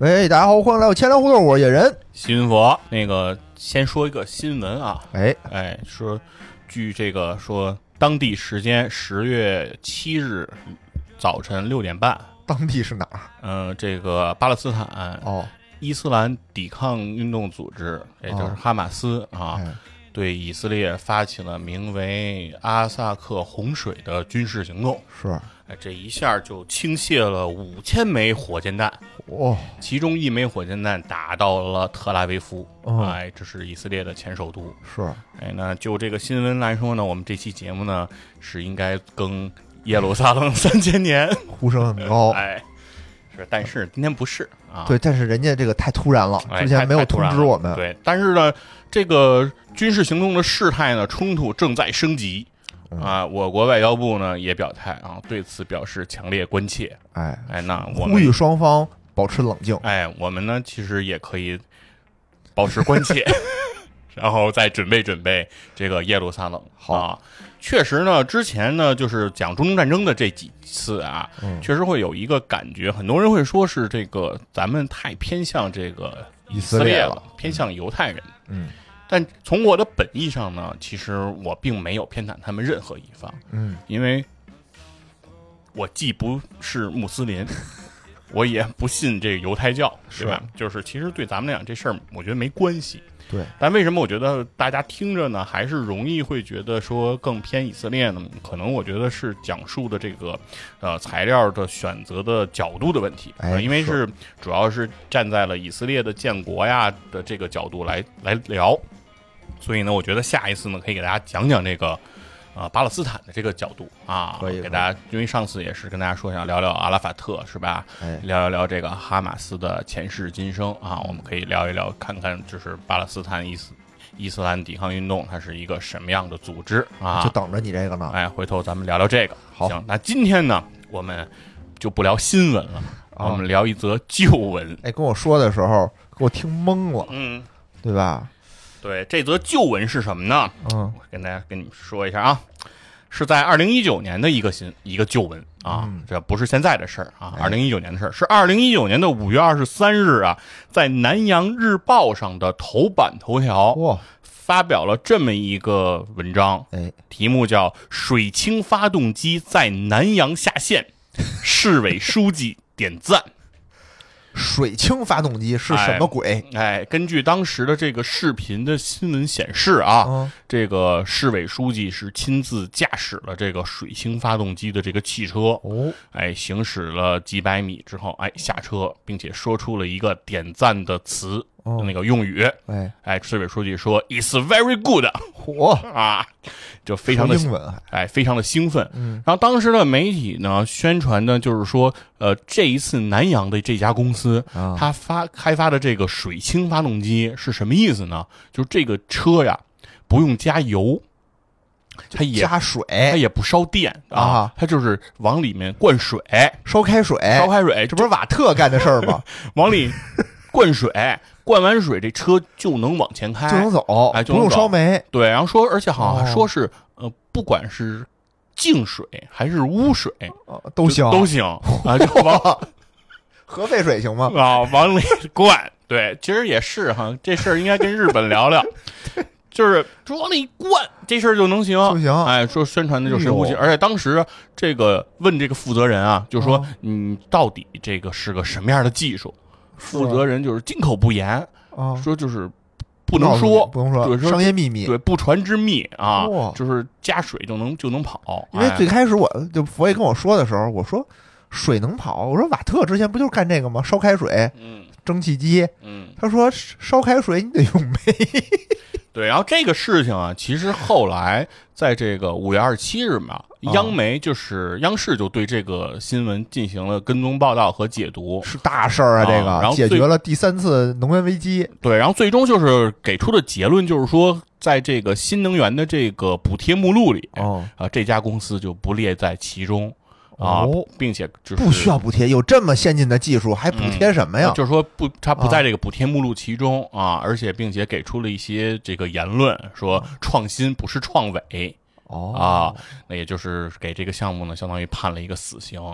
喂，大家好，欢迎来到钱粮胡同，我是野人。 新云佛，那个先说一个新闻啊，说，据这个说，当地时间10月7日早晨6点半， 当地是哪儿？ 这个巴勒斯坦伊斯兰抵抗运动组织，也就是哈马斯对以色列发起了名为阿萨克洪水的军事行动。 是， 这一下就倾泻了5000枚火箭弹，其中1枚火箭弹打到了特拉维夫，这是以色列的前首都。 是， 那就这个新闻来说呢，我们这期节目呢是应该更耶路撒冷3000年， 呼声很高， 是，但是今天不是啊。 对，但是人家这个太突然了，之前没有通知我们。 对，但是呢，这个军事行动的事态呢，冲突正在升级。我国外交部呢也表态啊，对此表示强烈关切。那我们呼吁双方保持冷静。 我们呢其实也可以保持关切，然后再准备这个耶路撒冷。好，确实呢，之前呢就是讲中东战争的这几次啊，确实会有一个感觉，很多人会说是这个咱们太偏向这个以色列了，偏向犹太人。但从我的本意上呢，其实我并没有偏袒他们任何一方。因为我既不是穆斯林，我也不信这个犹太教，对吧？就是其实对咱们来讲这事儿，我觉得没关系。 对， 但为什么我觉得大家听着呢，还是容易会觉得说更偏以色列呢？可能我觉得是讲述的这个材料的选择的角度的问题。因为是主要是站在了以色列的建国呀的这个角度来聊。所以呢，我觉得下一次呢，可以给大家讲讲这个，巴勒斯坦的这个角度啊，给大家，因为上次也是跟大家说想聊聊阿拉法特是吧？聊一聊这个哈马斯的前世今生啊，我们可以聊一聊，看看就是巴勒斯坦伊斯兰抵抗运动，它是一个什么样的组织啊？ 就等着你这个呢。 回头咱们聊聊这个。 好， 行，那今天呢，我们就不聊新闻了，我们聊一则旧闻。 跟我说的时候，给我听懵了，对吧？ 对，这则旧闻是什么呢？我跟你们说一下啊，是在2019年的一个旧闻啊，这不是现在的事儿啊，2019年的事儿是2019年的5月23日啊，在南洋日报上的头版头条发表了这么一个文章，题目叫“水氢发动机在南洋下线，市委书记点赞”。 水氢发动机是什么鬼？ 根据当时的这个视频的新闻显示啊，这个市委书记是亲自驾驶了这个水氢发动机的这个汽车，行驶了几百米之后，下车，并且说出了一个点赞的词。那个用语，市委书记说 "It's very good"， 就非常的英文， 非常的兴奋。然后当时的媒体呢宣传的就是说，这一次南洋的这家公司，它开发的这个水氢发动机是什么意思呢？就是这个车呀不用加油，它也加水， 它也不烧电啊，它就是往里面灌水， 烧开水，这不是瓦特干的事儿吗？ 往里灌水。灌完水，这车就能往前开， 就能走，不用烧煤。 对，然后说，而且好像说是，不管是净水还是污水， 都行啊，就往核废水行吗？ 往里灌。对，其实也是哈，这事儿应该跟日本聊聊，就是说往里灌，这事儿就能行，说宣传的就是神乎其神。而且当时这个问这个负责人啊，就说到底这个是个什么样的技术？负责人就是金口不言，说就是不能说，对， 商业秘密， 对，不传之秘啊，就是加水就能跑。 因为最开始佛爷跟我说的时候，我说水能跑，我说瓦特之前不就是干这个吗？烧开水，蒸汽机，他说烧开水你得用煤。 对，然后这个事情啊，其实后来在这个5月27日嘛，央视就对这个新闻进行了跟踪报道和解读， 是大事儿啊，这个，然后解决了第3次能源危机。 对，然后最终就是给出的结论就是说，在这个新能源的这个补贴目录里，这家公司就不列在其中。并且就是不需要补贴，有这么先进的技术，还补贴什么呀？ 就是说它不在这个补贴目录其中而且并且给出了一些这个言论，说创新不是创伟那也就是给这个项目呢，相当于判了一个死刑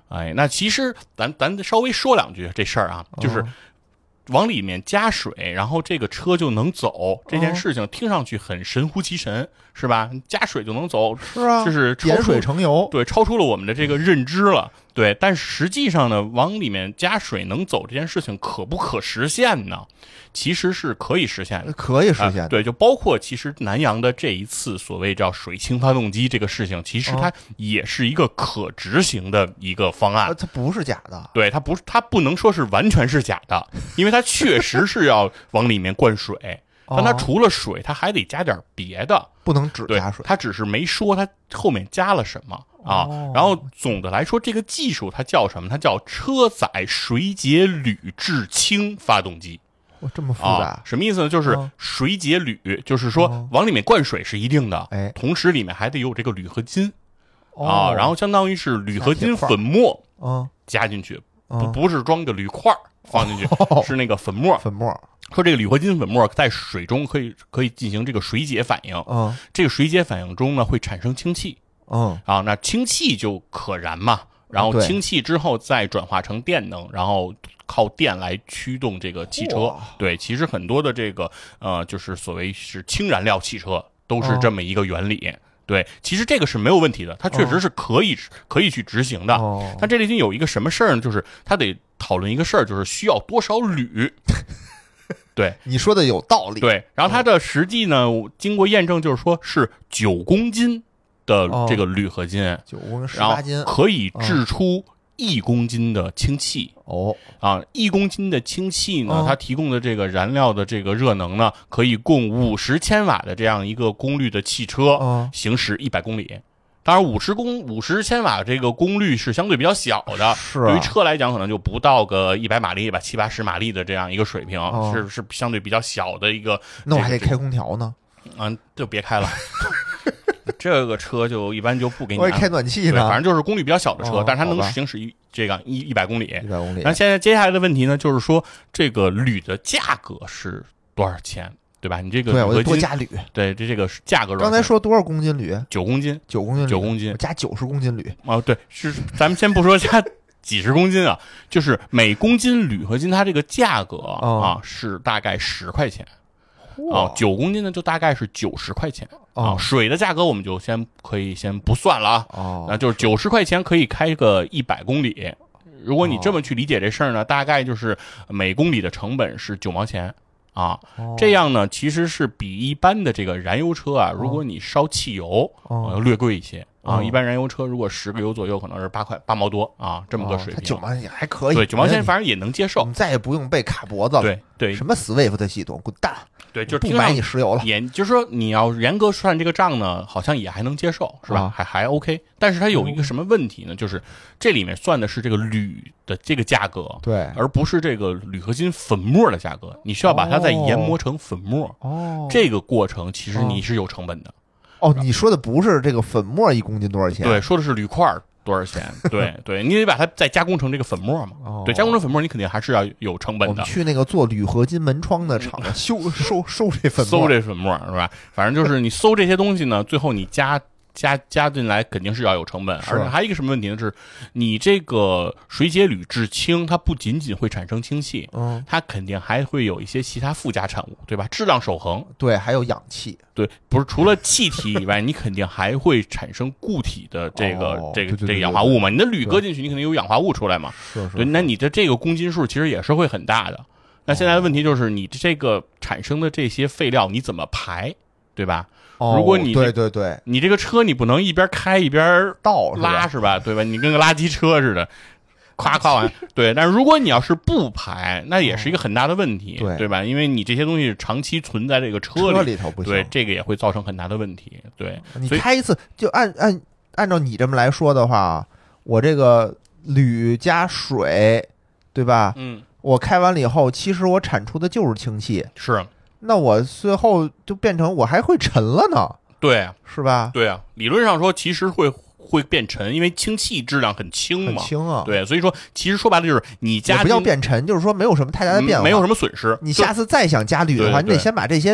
哎，那其实咱稍微说两句这事儿啊，就是往里面加水，然后这个车就能走，这件事情听上去很神乎其神，是吧？加水就能走， 是啊， 就是点水成油， 对，超出了我们的这个认知了。对，但实际上呢，往里面加水能走这件事情可不可实现呢？其实是可以实现的， 可以实现的。 对，就包括其实南阳的这一次所谓叫水氢发动机这个事情，其实它也是一个可执行的一个方案。 它不是假的， 对，它不能说是完全是假的，因为它确实是要往里面灌水。但它除了水，它还得加点别的， 不能只加水。 它只是没说它后面加了什么啊。然后总的来说，这个技术它叫什么？它叫车载水解铝制氢发动机。 这么复杂， 什么意思呢？就是水解铝，就是说往里面灌水是一定的，同时里面还得有这个铝合金啊，然后相当于是铝合金粉末加进去，不是装个铝块放进去，是那个粉末。说这个铝合金粉末在水中可以进行这个水解反应，这个水解反应中呢会产生氢气，那氢气就可燃嘛，然后氢气之后再转化成电能，然后靠电来驱动这个汽车。对，其实很多的这个就是所谓是氢燃料汽车都是这么一个原理。对，其实这个是没有问题的，它确实是可以去执行的。但这里边有一个什么事儿呢？就是它得讨论一个事儿，就是需要多少铝。对， 你说的有道理。 对，然后它的实际呢，经过验证，就是说是9公斤的这个铝合金 ，9公斤18斤， 可以制出1公斤的氢气。1公斤的氢气呢，它提供的这个燃料的这个热能呢，可以供50千瓦的这样一个功率的汽车行驶100公里。当然50千瓦这个功率是相对比较小的，对于车来讲可能就不到个100马力吧，70-80马力的这样一个水平，是相对比较小的一个。 那我还得开空调呢， 就别开了。这个车就一般就不给你， 我也开暖气呢， 反正就是功率比较小的车，但是它能行驶这个100公里。 100公里。 那现在接下来的问题呢，就是说这个铝的价格是多少钱？对吧？你这个对，我得多加铝。 对，这个价格。 刚才说多少公斤铝 ？9公斤。 9公斤。 9公斤。 我加90公斤铝。 对，是咱们先不说加几十公斤啊，就是每公斤铝合金它这个价格是大概10块钱。9公斤呢就大概是90块钱水的价格我们就可以先不算了那就是90块钱可以开个100公里。如果你这么去理解这事儿呢，大概就是每公里的成本是9毛钱。这样呢其实是比一般的这个燃油车如果你烧汽油略贵一些一般燃油车如果10个油左右可能是8毛多这么个水平。 9毛钱还可以， 对，9毛钱反正也能接受， 我们再也不用被卡脖子了。 对， 什么 SWIFT 系统，滚蛋！ 对，就是不买你石油了。 也就是说，你要严格算这个账呢，好像也还能接受，是吧？还 OK。但是它有一个什么问题呢？就是这里面算的是这个铝的这个价格， 对， 而不是这个铝合金粉末的价格。你需要把它再研磨成粉末。这个过程其实你是有成本的。 你说的不是这个粉末1公斤多少钱？ 对，说的是铝块多少钱？对，你得把它再加工成这个粉末嘛。对，加工成粉末你肯定还是要有成本的。 我们去那个做铝合金门窗的厂收这粉末， 搜这粉末是吧？反正就是你搜这些东西呢，最后你加进来肯定是要有成本，而且还有一个什么问题呢？是你这个水解铝制氢，它不仅仅会产生氢气，它肯定还会有一些其他附加产物，对吧？质量守恒， 对，还有氧气， 对，不是除了气体以外，你肯定还会产生固体的这个氧化物嘛？你的铝搁进去，你肯定有氧化物出来嘛？对，那你的这个公斤数其实也是会很大的。那现在的问题就是，你这个产生的这些废料你怎么排，对吧？如果你对， 你这个车你不能一边开一边倒拉是吧？对吧？你跟个垃圾车似的，夸完。对，但是如果你要是不排，那也是一个很大的问题，对吧？因为你这些东西长期存在这个车里头不行， 对，这个也会造成很大的问题。对， 你开一次就按照你这么来说的话，我这个铝加水，对吧？我开完了以后，其实我产出的就是氢气， 是。 那我最后就变成我还会沉了呢， 对， 是吧？ 对啊，理论上说其实会变沉，因为氢气质量很轻嘛， 很轻啊。 对，所以说其实说白了就是你加不要变沉，就是说没有什么太大的变化， 没有什么损失。 你下次再想加铝的话，你得先把这些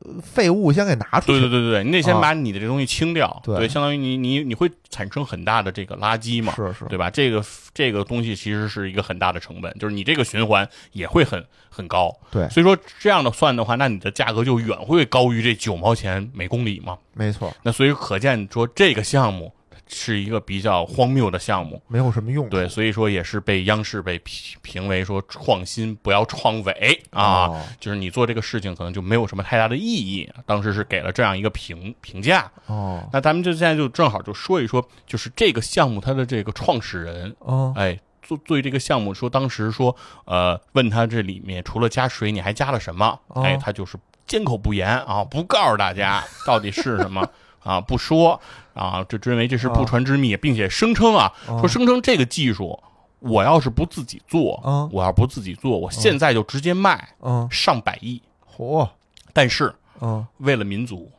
废物先给拿出去。 对，你得先把你的这东西清掉， 对， 相当于你会产生很大的这个垃圾嘛， 是， 对吧？这个东西其实是一个很大的成本，就是你这个循环也会很高， 对。 所以说这样的算的话，那你的价格就远会高于这9毛钱每公里嘛， 没错。 那所以可见说这个项目是一个比较荒谬的项目， 没有什么用。 对，所以说也是被央视被评为说创新不要创伪啊，就是你做这个事情可能就没有什么太大的意义。当时是给了这样一个评价。那咱们就现在就正好就说一说，就是这个项目它的这个创始人，做这个项目说当时说问他这里面除了加水你还加了什么？他就是缄口不言啊，不告诉大家到底是什么。不说啊，这认为这是不传之秘，并且声称声称这个技术，我要是不自己做，我现在就直接卖，上百亿，但是，为了民族，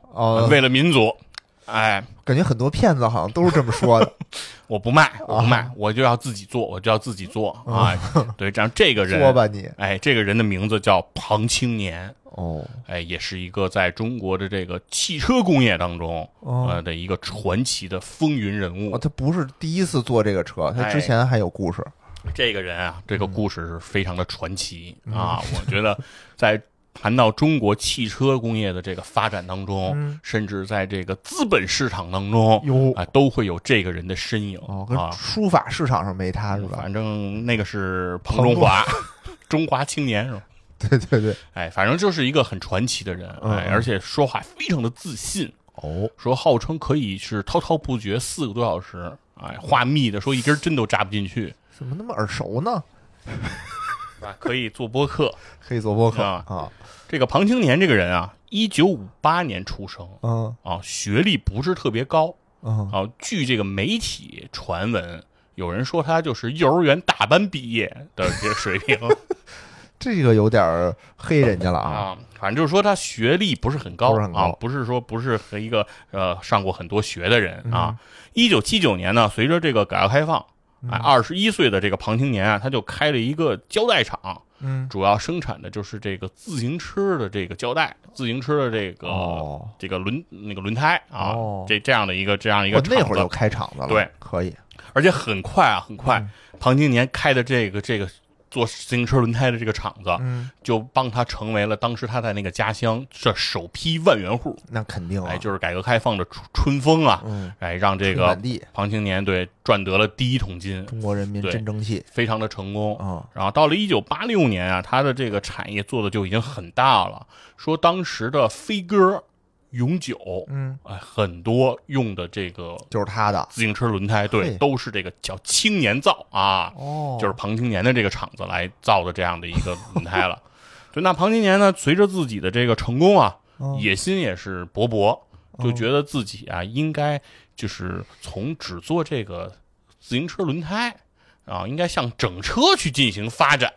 感觉很多骗子好像都是这么说的。 我不卖，我就要自己做，啊！对，这样这个人， 做吧你， 这个人的名字叫庞青年。也是一个在中国的这个汽车工业当中的一个传奇的风云人物。 他不是第一次做这个车，他之前还有故事。 这个人啊，这个故事是非常的传奇啊！我觉得在谈到中国汽车工业的这个发展当中，甚至在这个资本市场当中，都会有这个人的身影。 跟书法市场上没他是吧？ 反正那个是彭中华，中华青年是吧？ 对， 反正就是一个很传奇的人，而且说话非常的自信，说号称可以是滔滔不绝4个多小时，话密的说一根针都扎不进去， 怎么那么耳熟呢？ 可以做播客， 啊！ 这个庞青年这个人啊，1958年出生，学历不是特别高，据这个媒体传闻，有人说他就是幼儿园大班毕业的这个水平。 这个有点黑人家了啊！ 反正就是说他学历不是很高，不是和一个上过很多学的人啊。1979年呢，随着这个改革开放，21岁的这个庞青年他就开了一个胶带厂，主要生产的就是这个自行车的这个胶带，自行车的这个轮胎啊，这样的一个厂子。 那会儿就开厂子了， 对， 可以， 而且很快，庞青年开的这个做自行车轮胎的这个厂子，就帮他成为了当时他在那个家乡这首批万元户。 那肯定就是改革开放的春风啊，让这个庞青年赚得了第一桶金， 中国人民真争气， 非常的成功。然后到了1986年啊，他的这个产业做的就已经很大了。说当时的飞鸽、永久，很多用的这个就是他的自行车轮胎，对，都是这个叫青年造啊，就是庞青年的这个厂子来造的这样的一个轮胎了。对，那庞青年呢，随着自己的这个成功啊，野心也是勃勃，就觉得自己啊应该就是从只做这个自行车轮胎应该向整车去进行发展。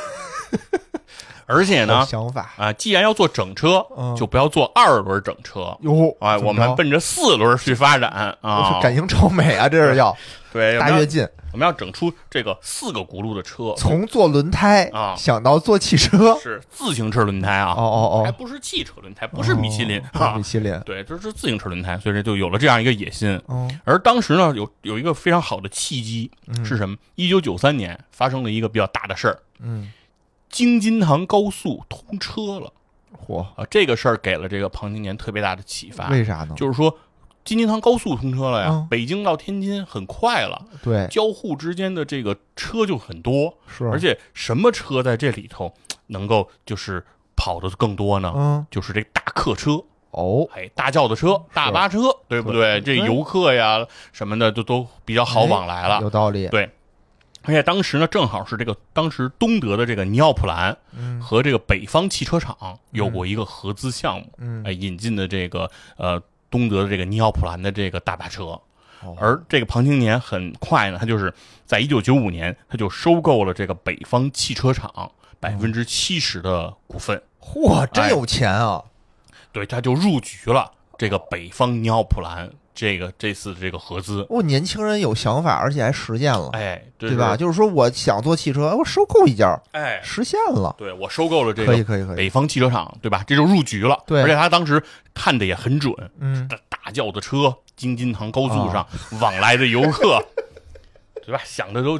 而且呢， 想法既然要做整车，就不要做2轮整车。我们奔着4轮去发展啊！ 赶英超美啊，这是要对大跃进。 我们要整出这个4个轱辘的车， 从做轮胎想到做汽车， 是自行车轮胎还不是汽车轮胎，不是米其林米其林， 对，这是自行车轮胎，所以就有了这样一个野心。而当时呢，有一个非常好的契机是什么？1993年发生了一个比较大的事儿，京津塘高速通车了，这个事儿给了这个庞青年特别大的启发。 为啥呢？ 就是说，京津塘高速通车了呀，北京到天津很快了， 对， 交互之间的这个车就很多，而且什么车在这里头能够就是跑的更多呢？就是这大客车。大轿子车、大巴车，对不对？这游客呀什么的都比较好往来了， 有道理。 对。而且当时呢，正好是这个当时东德的这个尼奥普兰和这个北方汽车厂有过一个合资项目，引进的这个东德的这个尼奥普兰的这个大巴车。而这个庞青年很快呢，他就是在1995年他就收购了这个北方汽车厂70%的股份。 真有钱啊！ 对，他就入局了这个北方尼奥普兰这次这个合资。 年轻人有想法，而且还实现了， 对吧？就是说，我想做汽车，我收购一家，实现了。 对，我收购了这个可以北方汽车厂，对吧？这就入局了。 对， 而且他当时看的也很准，大轿的车，京津塘高速上往来的游客，对吧？想的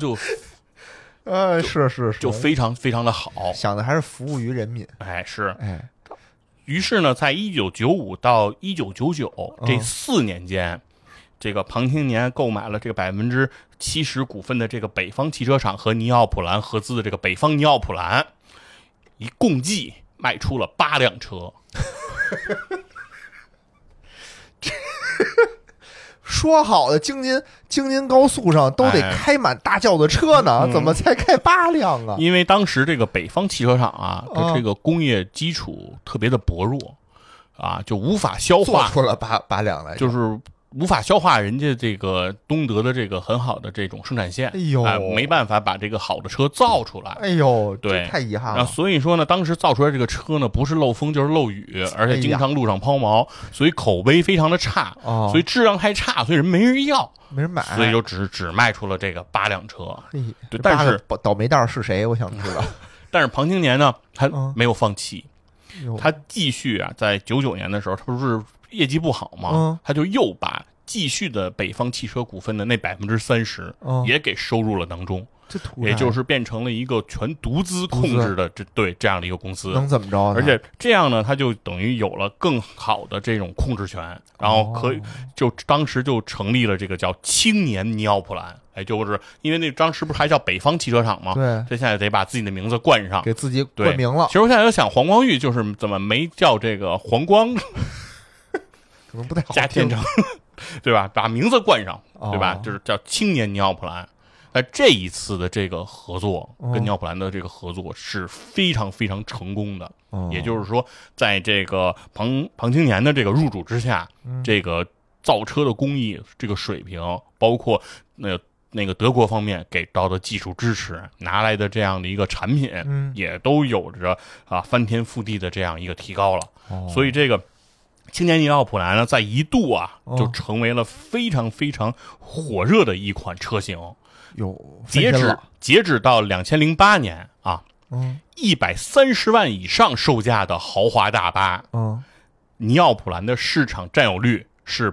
是， 就非常非常的好， 想的还是服务于人民。 于是呢，在1995到1999这4年间，这个庞青年购买了这个70%股份的这个北方汽车厂和尼奥普兰合资的这个北方尼奥普兰，共计卖出了8辆车。 说好的京津高速上都得开满大轿的车呢，怎么才开8辆啊？ 因为当时这个北方汽车厂啊，它这个工业基础特别的薄弱啊，就无法消化， 做出了八辆来， 就是无法消化人家这个东德的这个很好的这种生产线，没办法把这个好的车造出来。对， 太遗憾了。 所以说呢，当时造出来这个车呢，不是漏风就是漏雨，而且经常路上抛锚，所以口碑非常的差，所以质量太差，所以没人要， 没人买， 所以就只卖出了这个8辆车。 对， 但是倒霉蛋是谁？我想知道。 但是庞青年呢，他没有放弃，他继续啊，在99年的时候，他不是业绩不好嘛，他就又把继续的北方汽车股份的那30%也给收入了囊中，也就是变成了一个全独资控制的这样的一个公司。 能怎么着？ 而且这样呢，他就等于有了更好的这种控制权，然后当时就成立了这个叫青年尼奥普兰。就是因为那当时不是还叫北方汽车厂吗？ 对， 这现在得把自己的名字冠上， 给自己冠名了。 其实我现在就想，黄光裕就是怎么没叫这个黄光， 可能不太好加天成，对吧？把名字冠上，对吧？就是叫青年尼奥普兰。这一次的这个合作跟尼奥普兰的这个合作是非常非常成功的，也就是说，在这个庞青年的这个入主之下，这个造车的工艺这个水平，包括那个德国方面给到的技术支持，拿来的这样的一个产品，也都有着翻天覆地的这样一个提高了。所以这个青年尼奥普兰呢，在一度就成为了非常非常火热的一款车型。截止到2008年130万以上售价的豪华大巴，尼奥普兰的市场占有率是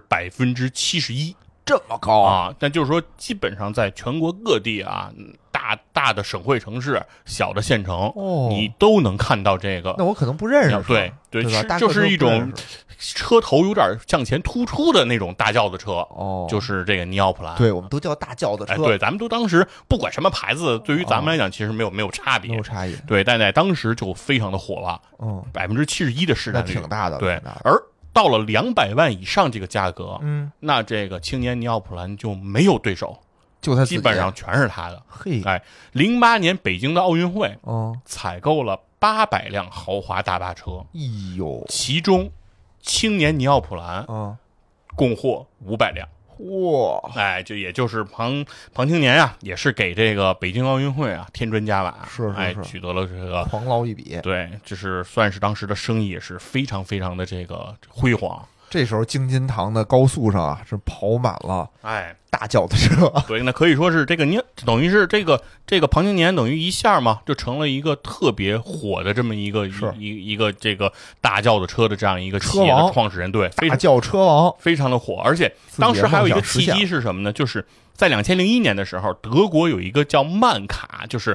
71%。 这么高啊！但就是说，基本上在全国各地大的省会城市、小的县城，你都能看到这个。 那我可能不认识， 对， 吧？ 就是一种车头有点向前突出的那种大轿子车，就是这个尼奥普兰。 对，我们都叫大轿子车。 对，咱们都当时不管什么牌子，对于咱们来讲，其实没有差别， 没有差异。 对，但在当时就非常的火了，71%的市占率， 挺大的。 对，而到了200万以上这个价格，那这个青年尼奥普兰就没有对手， 就他基本上全是他的。 嘿 ，08年北京的奥运会，采购了800辆豪华大巴车，其中青年尼奥普兰，共获500辆。 哇！ 这也就是庞青年也是给这个北京奥运会添砖加瓦， 是取得了这个狂捞一笔。 对，就是算是当时的生意也是非常非常的这个辉煌。 这时候京津塘的高速上是跑满了大轿子车。 对，那可以说是这个等于是这个庞青年等于一下嘛，就成了一个特别火的这么一个这个大轿子车的这样一个企业的创始人。对， 大轿车王非常的火。而且当时还有一个契机是什么呢？就是在2001年的时候，德国有一个叫曼卡，就是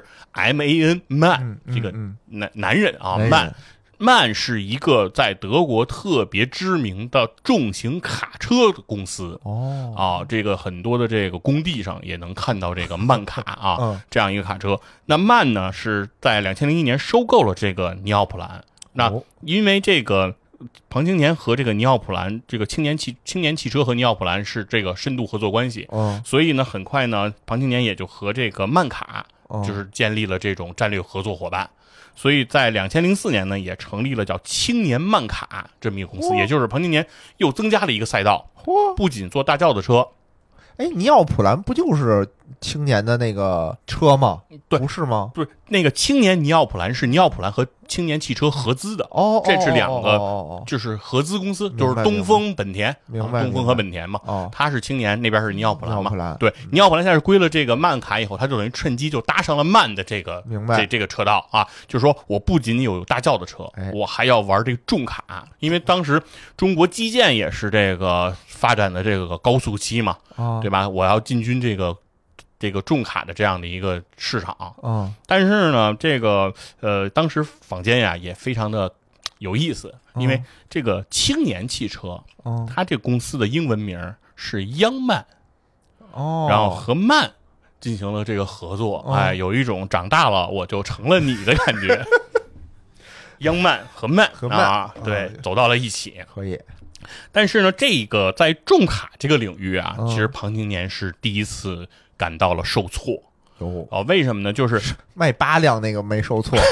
MAN 曼，这个男人曼是一个在德国特别知名的重型卡车的公司。这个很多的这个工地上也能看到这个曼卡这样一个卡车。那曼呢是在2001年收购了这个尼奥普兰。那因为这个庞青年和这个尼奥普兰，这个青年汽车和尼奥普兰是这个深度合作关系。所以呢，很快呢，庞青年也就和这个曼卡就是建立了这种战略合作伙伴。所以在2004年呢，也成立了叫青年曼卡这么一个公司，也就是庞青年又增加了一个赛道，不仅做大轿子车。 尼奥普兰不就是青年的那个车吗？ 对， 不是吗？ 不是，那个青年尼奥普兰是尼奥普兰和青年汽车合资的。这是两个，就是合资公司，就是东风本田，东风和本田嘛。它是青年，那边是尼奥普兰嘛。对，尼奥普兰现在是归了这个曼卡以后，他就等于趁机就搭上了曼的这个这个车道啊，就是说我不仅有大轿的车，我还要玩这个重卡，因为当时中国基建也是这个发展的这个高速期嘛，对吧？我要进军这个重卡的这样的一个市场。但是呢，这个当时坊间呀也非常的有意思，因为这个青年汽车，它这个公司的英文名是央曼，然后和曼进行了这个合作，有一种长大了我就成了你的感觉。央曼和曼啊，对，走到了一起， 可以。 但是呢，这个在重卡这个领域啊，其实庞青年是第一次感到了受挫。为什么呢？就是卖8辆那个没受挫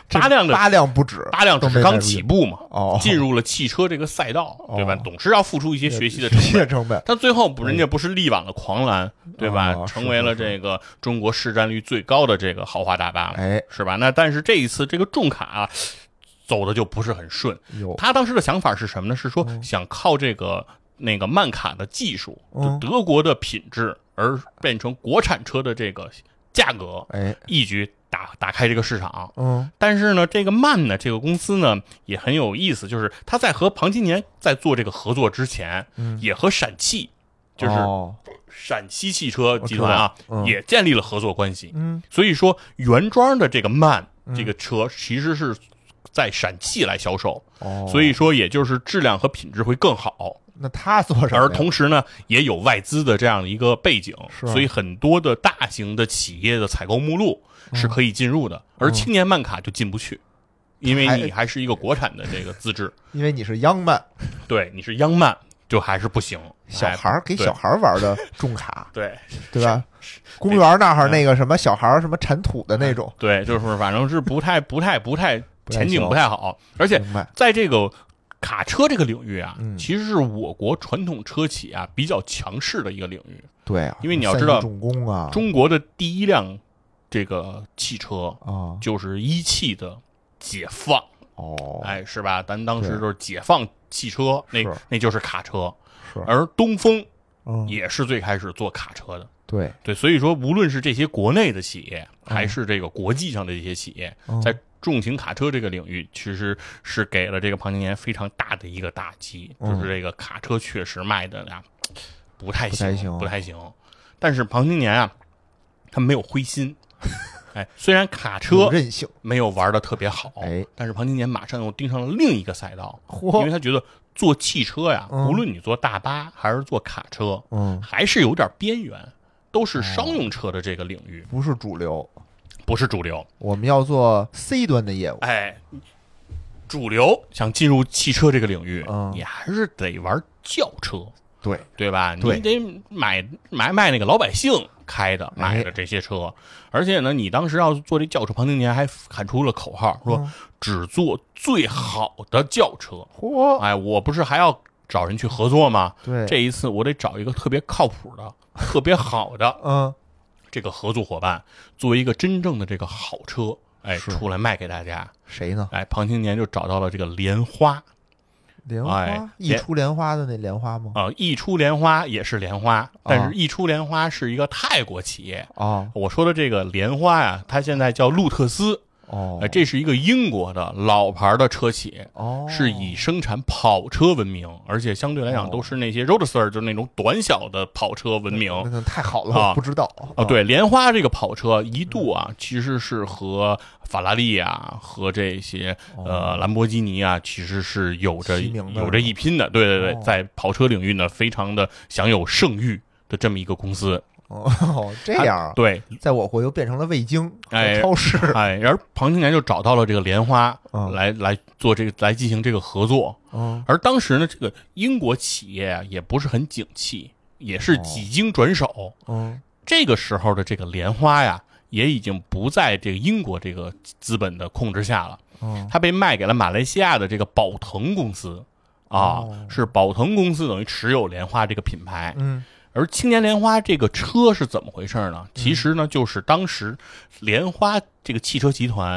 8 辆不止 ，8辆只是刚起步嘛，进入了汽车这个赛道，对吧？总是要付出一些学习的成本。但最后人家不是力挽了狂澜，对吧？成为了这个中国市占率最高的这个豪华大巴，是吧？那但是这一次这个重卡啊，走的就不是很顺。他当时的想法是什么呢？是说想靠这个那个曼卡的技术，就德国的品质，而变成国产车的这个价格，一举打开这个市场。但是呢，这个曼呢，这个公司呢也很有意思，就是他在和庞青年在做这个合作之前，也和陕汽，就是陕西汽车集团啊，也建立了合作关系。所以说原装的这个曼这个车其实是在陕汽来销售，所以说也就是质量和品质会更好。 那他做什么？ 而同时呢，也有外资的这样的一个背景，所以很多的大型的企业的采购目录是可以进入的，而青年曼卡就进不去，因为你还是一个国产的这个资质， 因为你是央曼， 对，你是央曼就还是不行。 小孩给小孩玩的重卡， 对吧？公园那儿那个什么小孩什么铲土的那种， 对，就是反正是不太前景不太好，而且在这个卡车这个领域啊，其实是我国传统车企啊比较强势的一个领域。 对啊， 因为你要知道， 重工啊， 中国的第一辆这个汽车就是一汽的解放。是吧？咱当时就是解放汽车，那就是卡车。而东风也是最开始做卡车的。对，所以说无论是这些国内的企业，还是这个国际上的这些企业，在重型卡车这个领域，其实是给了这个庞青年非常大的一个打击，就是这个卡车确实卖的呀不太行。但是庞青年啊，他没有灰心。虽然卡车韧性没有玩的特别好，但是庞青年马上又盯上了另一个赛道，因为他觉得做汽车呀，无论你做大巴还是做卡车，还是有点边缘，都是商用车的这个领域， 不是主流。 我们要做 C 端的业务。 主流想进入汽车这个领域，你还是得玩轿车，对吧？你得买那个老百姓开的买的这些车，而且呢，你当时要做这轿车，庞青年还喊出了口号，说只做最好的轿车。我不是还要找人去合作吗？这一次我得找一个特别靠谱的、特别好的，这个合作伙伴，作为一个真正的这个好车，出来卖给大家。 谁呢？ 庞青年就找到了这个莲花。 一出莲花的那莲花吗？ 一出莲花也是莲花，但是一出莲花是一个泰国企业。我说的这个莲花呀，它现在叫路特斯。这是一个英国的老牌的车企，是以生产跑车闻名，而且相对来讲都是那些 Roadster， 就是那种短小的跑车闻名。 那太好了，我不知道。 对，莲花这个跑车一度啊，其实是和法拉利啊，和这些兰博基尼啊，其实是有着一拼的。对，在跑车领域呢，非常的享有盛誉的这么一个公司。 这样对， 在我国又变成了味精超市。 而庞青年就找到了这个莲花，来做这个，来进行这个合作。而当时呢，这个英国企业啊，也不是很景气，也是几经转手。这个时候的这个莲花呀，也已经不在这个英国这个资本的控制下了。它被卖给了马来西亚的这个宝腾公司是宝腾公司等于持有莲花这个品牌。而青年莲花这个车是怎么回事呢？其实呢，就是当时莲花这个汽车集团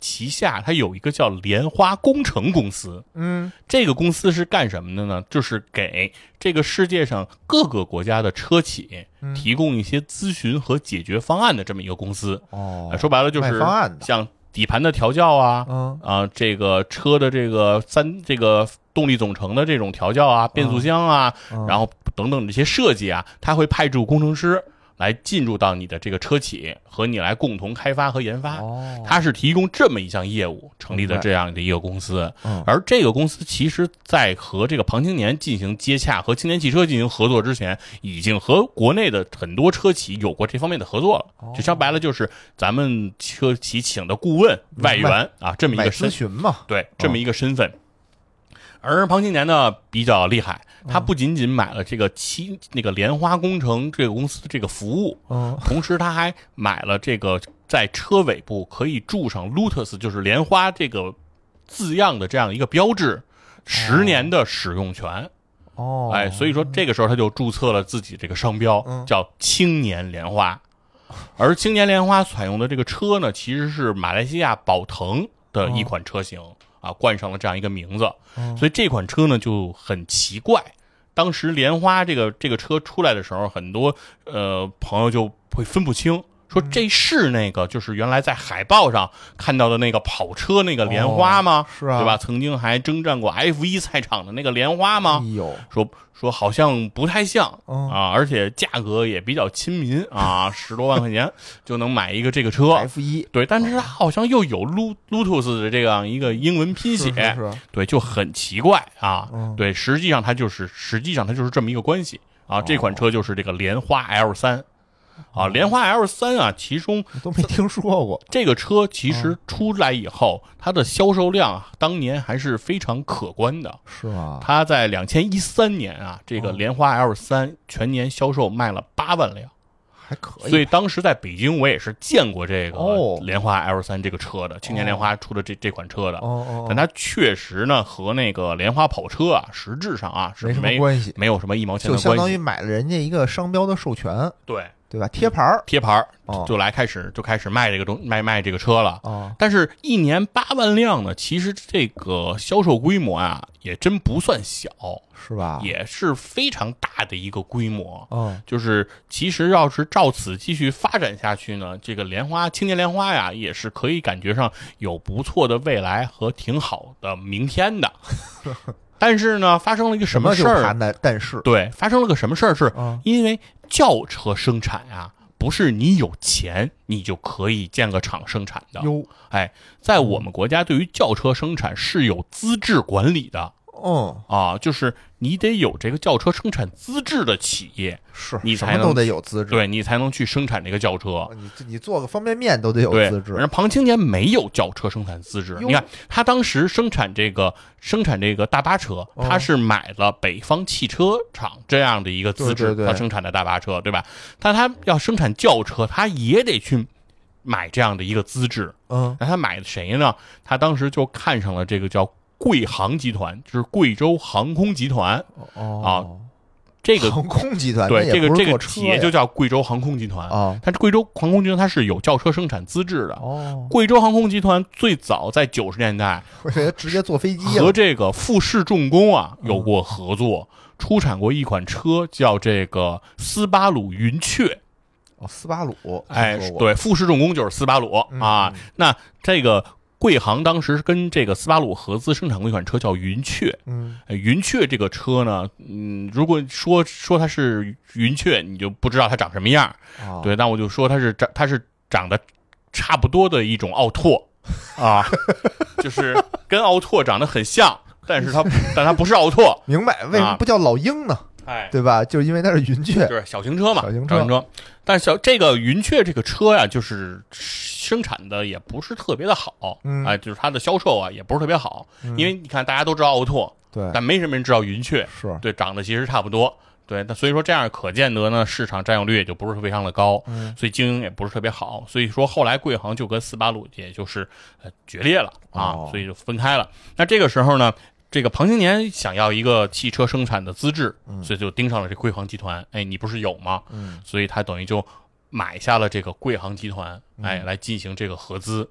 旗下它有一个叫莲花工程公司。这个公司是干什么的呢？就是给这个世界上各个国家的车企提供一些咨询和解决方案的这么一个公司。说白了就是像底盘的调教啊，这个车的这个动力总成的这种调教啊，变速箱啊，然后等等这些设计啊，它会派驻工程师来进入到你的这个车企，和你来共同开发和研发。它是提供这么一项业务成立的这样的一个公司。而这个公司其实在和这个庞青年进行接洽，和青年汽车进行合作之前，已经和国内的很多车企有过这方面的合作了。就说白了就是咱们车企请的顾问外援啊，这么一个咨询嘛， 对，这么一个身份。而庞青年呢比较厉害，他不仅仅买了这个那个莲花工程这个公司的这个服务，同时他还买了这个在车尾部可以注上 Lotus 就是莲花这个字样的这样一个标志，10年的使用权。所以说这个时候他就注册了自己这个商标，叫青年莲花。而青年莲花采用的这个车呢，其实是马来西亚宝腾的一款车型。冠上了这样一个名字，所以这款车呢就很奇怪。当时莲花这个车出来的时候，很多朋友就会分不清，说这是那个就是原来在海报上看到的那个跑车那个莲花吗？ 是啊， 对吧？曾经还征战过 F1 赛场的那个莲花吗？说好像不太像而且价格也比较亲民啊，10多万块钱就能买一个这个车 F1。 对，但是它好像又有 Lotus 的这样一个英文拼写，对，就很奇怪啊。对，实际上它就是这么一个关系啊。这款车就是这个莲花 L3。莲花 L3啊，其中都没听说过。 这个车其实出来以后，它的销售量当年还是非常可观的。 是吗？ 它在2013年啊，这个莲花 L3全年销售卖了8万辆， 还可以。 所以当时在北京我也是见过这个莲花 L3 这个车的，青年莲花出的这款车的。但它确实呢和那个莲花跑车啊，实质上啊是没什么关系， 没有什么1毛钱的关系， 就相当于买了人家一个商标的授权。对吧？贴牌就开始卖这个卖这个车了。但是1年8万辆呢，其实这个销售规模啊也真不算小， 是吧？ 也是非常大的一个规模。就是其实要是照此继续发展下去呢，这个青年莲花呀也是可以感觉上有不错的未来和挺好的明天的。但是呢，发生了一个什么事儿？对，发生了个什么事儿？是因为轿车生产啊，不是你有钱你就可以建个厂生产的。在我们国家对于轿车生产是有资质管理的。就是你得有这个轿车生产资质的企业， 是你才能什么都得有资质， 对，你才能去生产这个轿车。 你做个方便面都得有资质。 人庞青年没有轿车生产资质，你看他当时生产这个大巴车，他是买了北方汽车厂这样的一个资质，他生产的大巴车，对吧？但他要生产轿车，他也得去买这样的一个资质。那他买的谁呢？他当时就看上了这个叫贵航集团，就是贵州航空集团。这个航空集团， 对，这个企业就叫贵州航空集团。它贵州航空集团它是有轿车生产资质的。贵州航空集团最早在90年代， 直接坐飞机和这个富士重工啊有过合作，出产过一款车叫这个斯巴鲁云雀。 斯巴鲁， 对，富士重工就是斯巴鲁啊。那这个贵航当时跟这个斯巴鲁合资生产过一款车叫云雀。云雀这个车呢，如果说它是云雀，你就不知道它长什么样。对，但我就说它是长得差不多的一种奥拓就是跟奥拓长得很像，但它不是奥拓。 明白为什么不叫老鹰呢？对吧？就是因为它是云雀， 就是小型车嘛，小型车。但这个云雀这个车呀，就是生产的也不是特别的好，就是它的销售啊也不是特别好，因为你看大家都知道奥拓， 对， 但没什么人知道云雀， 是对，长得其实差不多，对，那所以说这样可见得呢，市场占有率也就不是非常的高，所以经营也不是特别好，所以说后来贵航就跟斯巴鲁也就是决裂了所以就分开了。那这个时候呢，这个庞青年想要一个汽车生产的资质，所以就盯上了这贵航集团。你不是有吗？所以他等于就买下了这个贵航集团，来进行这个合资。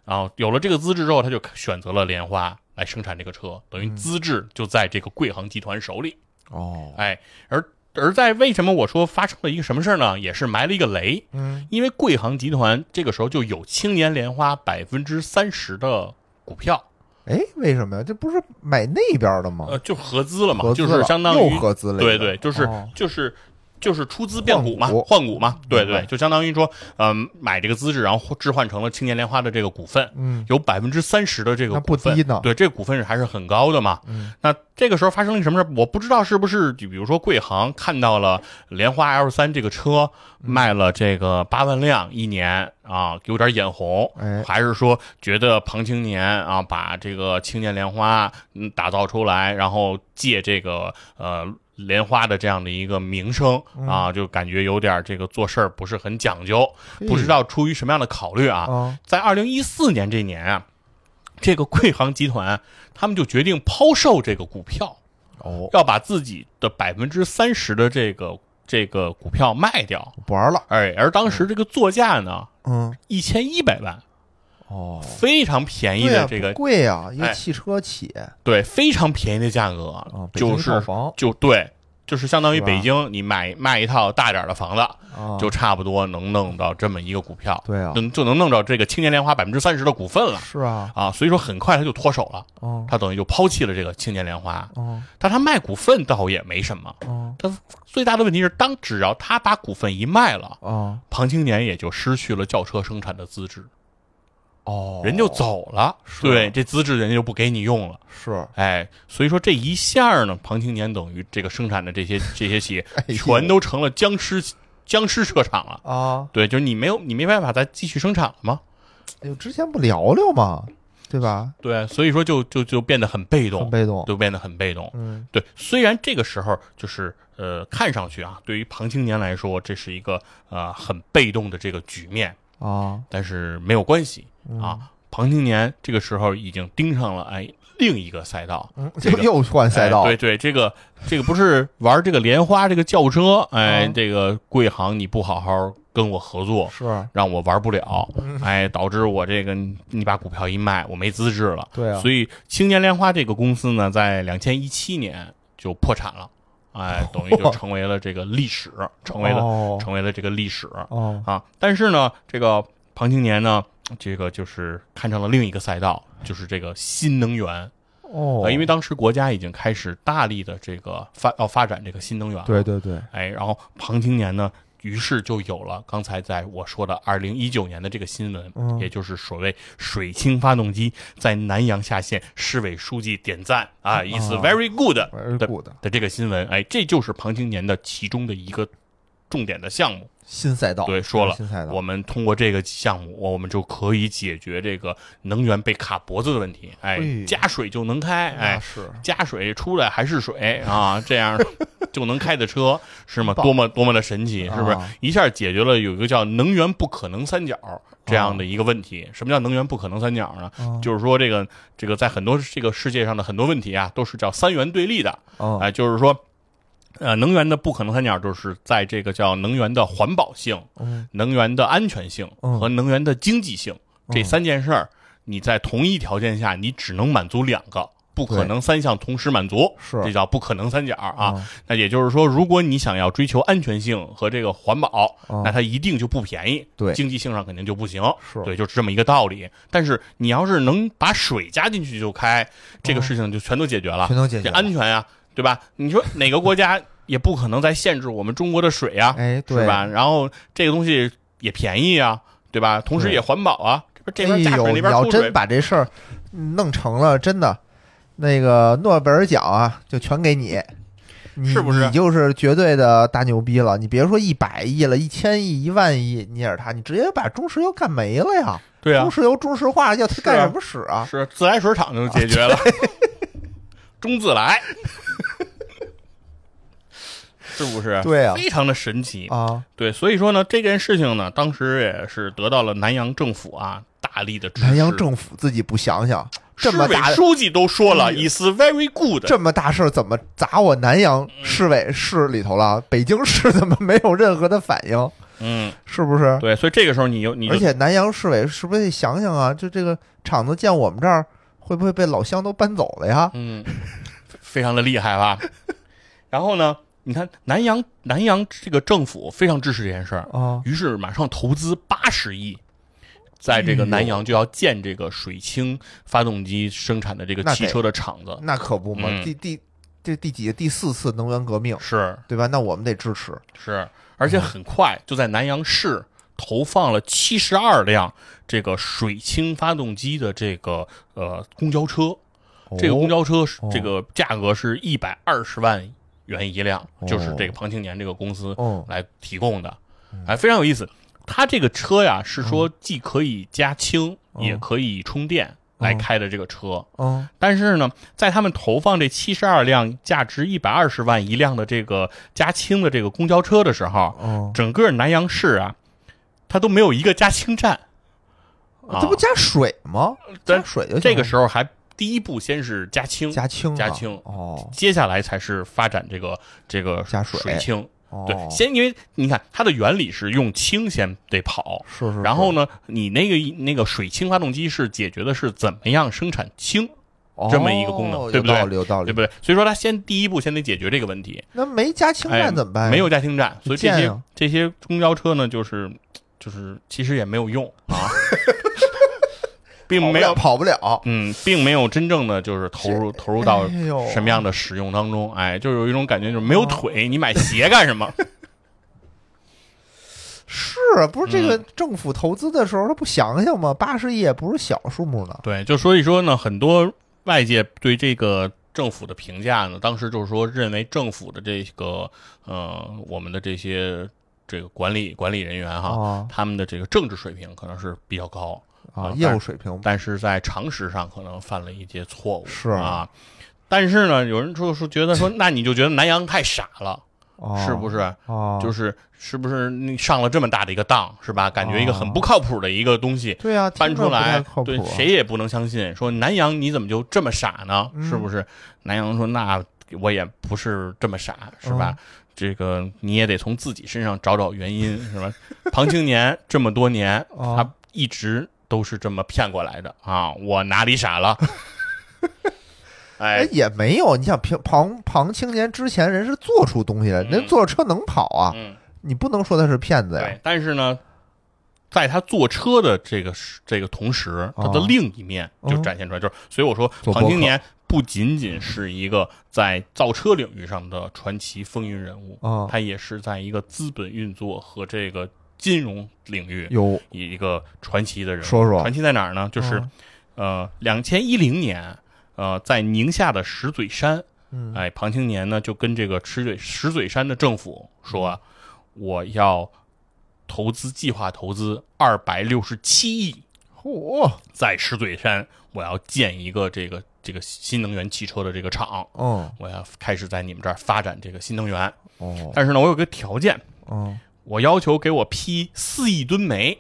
啊，有了这个资质之后，他就选择了莲花来生产这个车，等于资质就在这个贵航集团手里。而在为什么我说发生了一个什么事呢？也是埋了一个雷。因为贵航集团这个时候就有青年莲花30%的股票。 为什么呀？这不是买那边的吗？ 就合资了嘛，就是相当于又合资了。 对，就是出资变股嘛，换股嘛，对，就相当于说，买这个资质，然后置换成了青年莲花的这个股份，有30%的这个股份， 那不低呢。 对，这个股份还是很高的嘛。那这个时候发生了什么事？我不知道是不是，就比如说贵航看到了莲花 L3 这个车卖了这个8万辆一年啊，有点眼红，还是说觉得庞青年啊把这个青年莲花打造出来，然后借这个莲花的这样的一个名声啊，就感觉有点这个做事儿不是很讲究，不知道出于什么样的考虑啊。在2014年这年啊，这个贵航集团他们就决定抛售这个股票，要把自己的30%的这个股票卖掉， 不玩了。 而当时这个作价呢，1100万。非常便宜的这个贵啊，一个汽车企业， 对，非常便宜的价格，就是相当于北京你卖一套大点的房子，就差不多能弄到这么一个股票， 对啊， 就能弄到这个青年莲花30%的股份了， 是啊， 所以说很快他就脱手了，他等于就抛弃了这个青年莲花，但他卖股份倒也没什么，他最大的问题是只要他把股份一卖了，庞青年也就失去了轿车生产的资质。人就走了，对，这资质人家就不给你用了， 是， 所以说这一下呢，庞青年等于这个生产的这些企业全都成了僵尸车厂了啊！对，就是你没办法再继续生产了吗？ 之前不聊聊吗？对吧？ 对，所以说就变得很被动，就变得很被动。对，虽然这个时候就是看上去啊，对于庞青年来说，这是一个很被动的这个局面。但是没有关系庞青年这个时候已经盯上了另一个赛道， 又换赛道， 对，这个不是玩这个莲花这个轿车，这个贵航你不好好跟我合作， 是让我玩不了，导致我这个你把股票一卖，我没资质了， 对啊， 所以青年莲花这个公司呢，在2017年就破产了。等于就成为了这个历史，成为了这个历史但是呢，这个庞青年呢，这个就是看上了另一个赛道，就是这个新能源因为当时国家已经开始大力的这个发展这个新能源了， 对， 然后庞青年呢，于是就有了刚才在我说的2019年的这个新闻，也就是所谓水氢发动机在南阳下线，市委书记点赞is very good 的这个新闻，这就是庞青年的其中的一个重点的项目。 新赛道， 对，说了，我们通过这个项目，我们就可以解决这个能源被卡脖子的问题。加水就能开， 是加水出来还是水这样就能开的车，是吗？多么的神奇，是不是？一下解决了有一个叫能源不可能三角这样的一个问题。什么叫能源不可能三角呢？就是说这个在很多这个世界上的很多问题都是叫三元对立的，就是说。能源的不可能三角就是在这个叫能源的环保性、能源的安全性和能源的经济性这3件事儿，你在同一条件下你只能满足2个，不可能3项同时满足，这叫不可能三角那也就是说，如果你想要追求安全性和这个环保，那它一定就不便宜， 对， 经济性上肯定就不行，对，就是这么一个道理。但是你要是能把水加进去就开，这个事情就全都解决了，这安全呀。对吧？你说哪个国家也不可能再限制我们中国的水啊，是吧？然后这个东西也便宜啊，对吧？同时也环保啊。这边加水那边抽水， 你要真把这事儿弄成了，真的，那个诺贝尔奖就全给你， 是不是？ 你就是绝对的大牛逼了。你别说100亿了，1000亿、10000亿，你也是他，你直接把中石油干没了呀？ 对啊， 中石油、中石化要它干什么使啊？ 是自来水厂就解决了，中自来。是不是？ 对啊， 非常的神奇对，所以说呢，这件事情呢，当时也是得到了南阳政府大力的支持。 南阳政府自己不想想，这么大， 市委书记都说了，is very good。 这么大事儿怎么砸我南阳市里头了？北京市怎么没有任何的反应？ 是不是？ 对，所以这个时候而且南阳市委是不是得想想啊？就这个厂子建我们这儿，会不会被老乡都搬走了呀？ 非常的厉害吧？然后呢，你看南阳这个政府非常支持这件事儿啊， 于是马上投资80亿。在这个南阳就要建这个水氢发动机生产的这个汽车的厂子， 那可不嘛，第几个第4次能源革命是对吧？那我们得支持， 是，而且很快就在南阳市投放了72辆这个水氢发动机的这个公交车，这个公交车这个价格是120万元一辆，就是这个庞青年这个公司来提供的，非常有意思。它这个车呀，是说既可以加氢，也可以充电来开的这个车。但是呢，在他们投放这72辆价值120万一辆的这个加氢的这个公交车的时候，整个南阳市啊，它都没有一个加氢站。 这不加水吗？加水就行。 这个时候还第一步先是加氢，接下来才是发展这个加水氢。对，先因为你看它的原理是用氢先得跑， 是， 然后呢，你那个水氢发动机是解决的是怎么样生产氢这么一个功能，对不对？ 有道理， 对不对？所以说它第一步先得解决这个问题。 那没加氢站怎么办？ 没有加氢站，所以这些公交车呢，就是其实也没有用啊。并没有跑不了， 并没有真正的就是投入到什么样的使用当中，就有一种感觉，就是没有腿，你买鞋干什么？ 是不是这个政府投资的时候他不想想吗？80亿也不是小数目呢。 对，就所以说呢，很多外界对这个政府的评价呢，当时就是说认为政府的这个我们的这些这个管理人员哈，他们的这个政治水平可能是比较高。 业务水平， 但是在常识上可能犯了一些错误， 是啊。但是呢，有人说觉得说，那你就觉得南阳太傻了，是不是？是不是你上了这么大的一个当，是吧？感觉一个很不靠谱的一个东西， 对啊， 搬出来，对谁也不能相信。说南阳你怎么就这么傻呢？是不是？南阳说那我也不是这么傻，是吧？这个你也得从自己身上找原因，是吧？庞青年这么多年，他一直都是这么骗过来的啊！我哪里傻了？ 也没有。你想庞青年之前人是做出东西来，人坐车能跑啊，你不能说他是骗子呀。 对，但是呢，在他坐车的这个同时，他的另一面就展现出来，就是所以我说庞青年不仅仅是一个在造车领域上的传奇风云人物，他也是在一个资本运作和这个金融领域有一个传奇的人物。 说传奇在哪儿呢？就是2010年在宁夏的石嘴山，庞青年呢就跟这个石嘴山的政府说，我要计划投资267亿，在石嘴山我要建一个这个新能源汽车的这个厂，我要开始在你们这儿发展这个新能源。但是呢，我有个条件，我要求给我批4亿吨煤，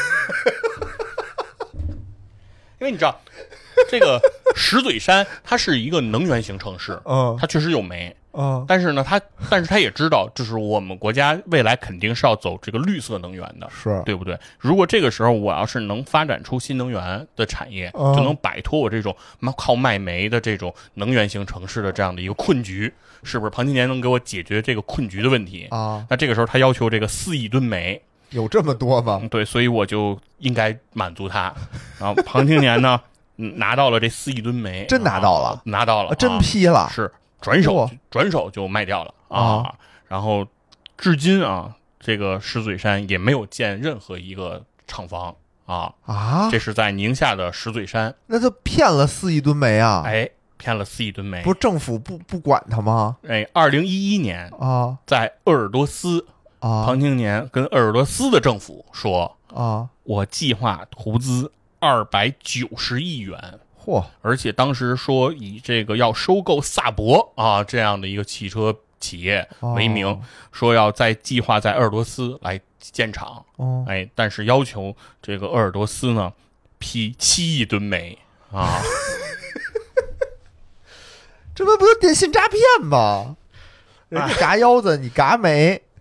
因为你知道，这个石嘴山它是一个能源型城市，它确实有煤，但是呢，他也知道，就是我们国家未来肯定是要走这个绿色能源的， 是对不对？如果这个时候我要是能发展出新能源的产业，就能摆脱我这种靠卖煤的这种能源型城市的这样的一个困局，是不是？庞青年能给我解决这个困局的问题啊？那这个时候他要求这个4亿吨煤， 有这么多吗？ 对，所以我就应该满足他。然后庞青年呢，拿到了这4亿吨煤， 真拿到了， 拿到了， 真批了， 是。转手就卖掉了啊！然后至今啊，这个石嘴山也没有建任何一个厂房啊！这是在宁夏的石嘴山。 那他骗了4亿吨煤啊！ 骗了4亿吨煤， 不是政府不管他吗 ？2011年啊，在鄂尔多斯啊，庞青年跟鄂尔多斯的政府说啊， 我计划投资290亿元。而且当时说以这个要收购萨博啊这样的一个汽车企业为名，说要计划在鄂尔多斯来建厂，但是要求这个鄂尔多斯呢批7亿吨煤啊， 这不是电信诈骗吗？人家嘎腰子，你嘎煤，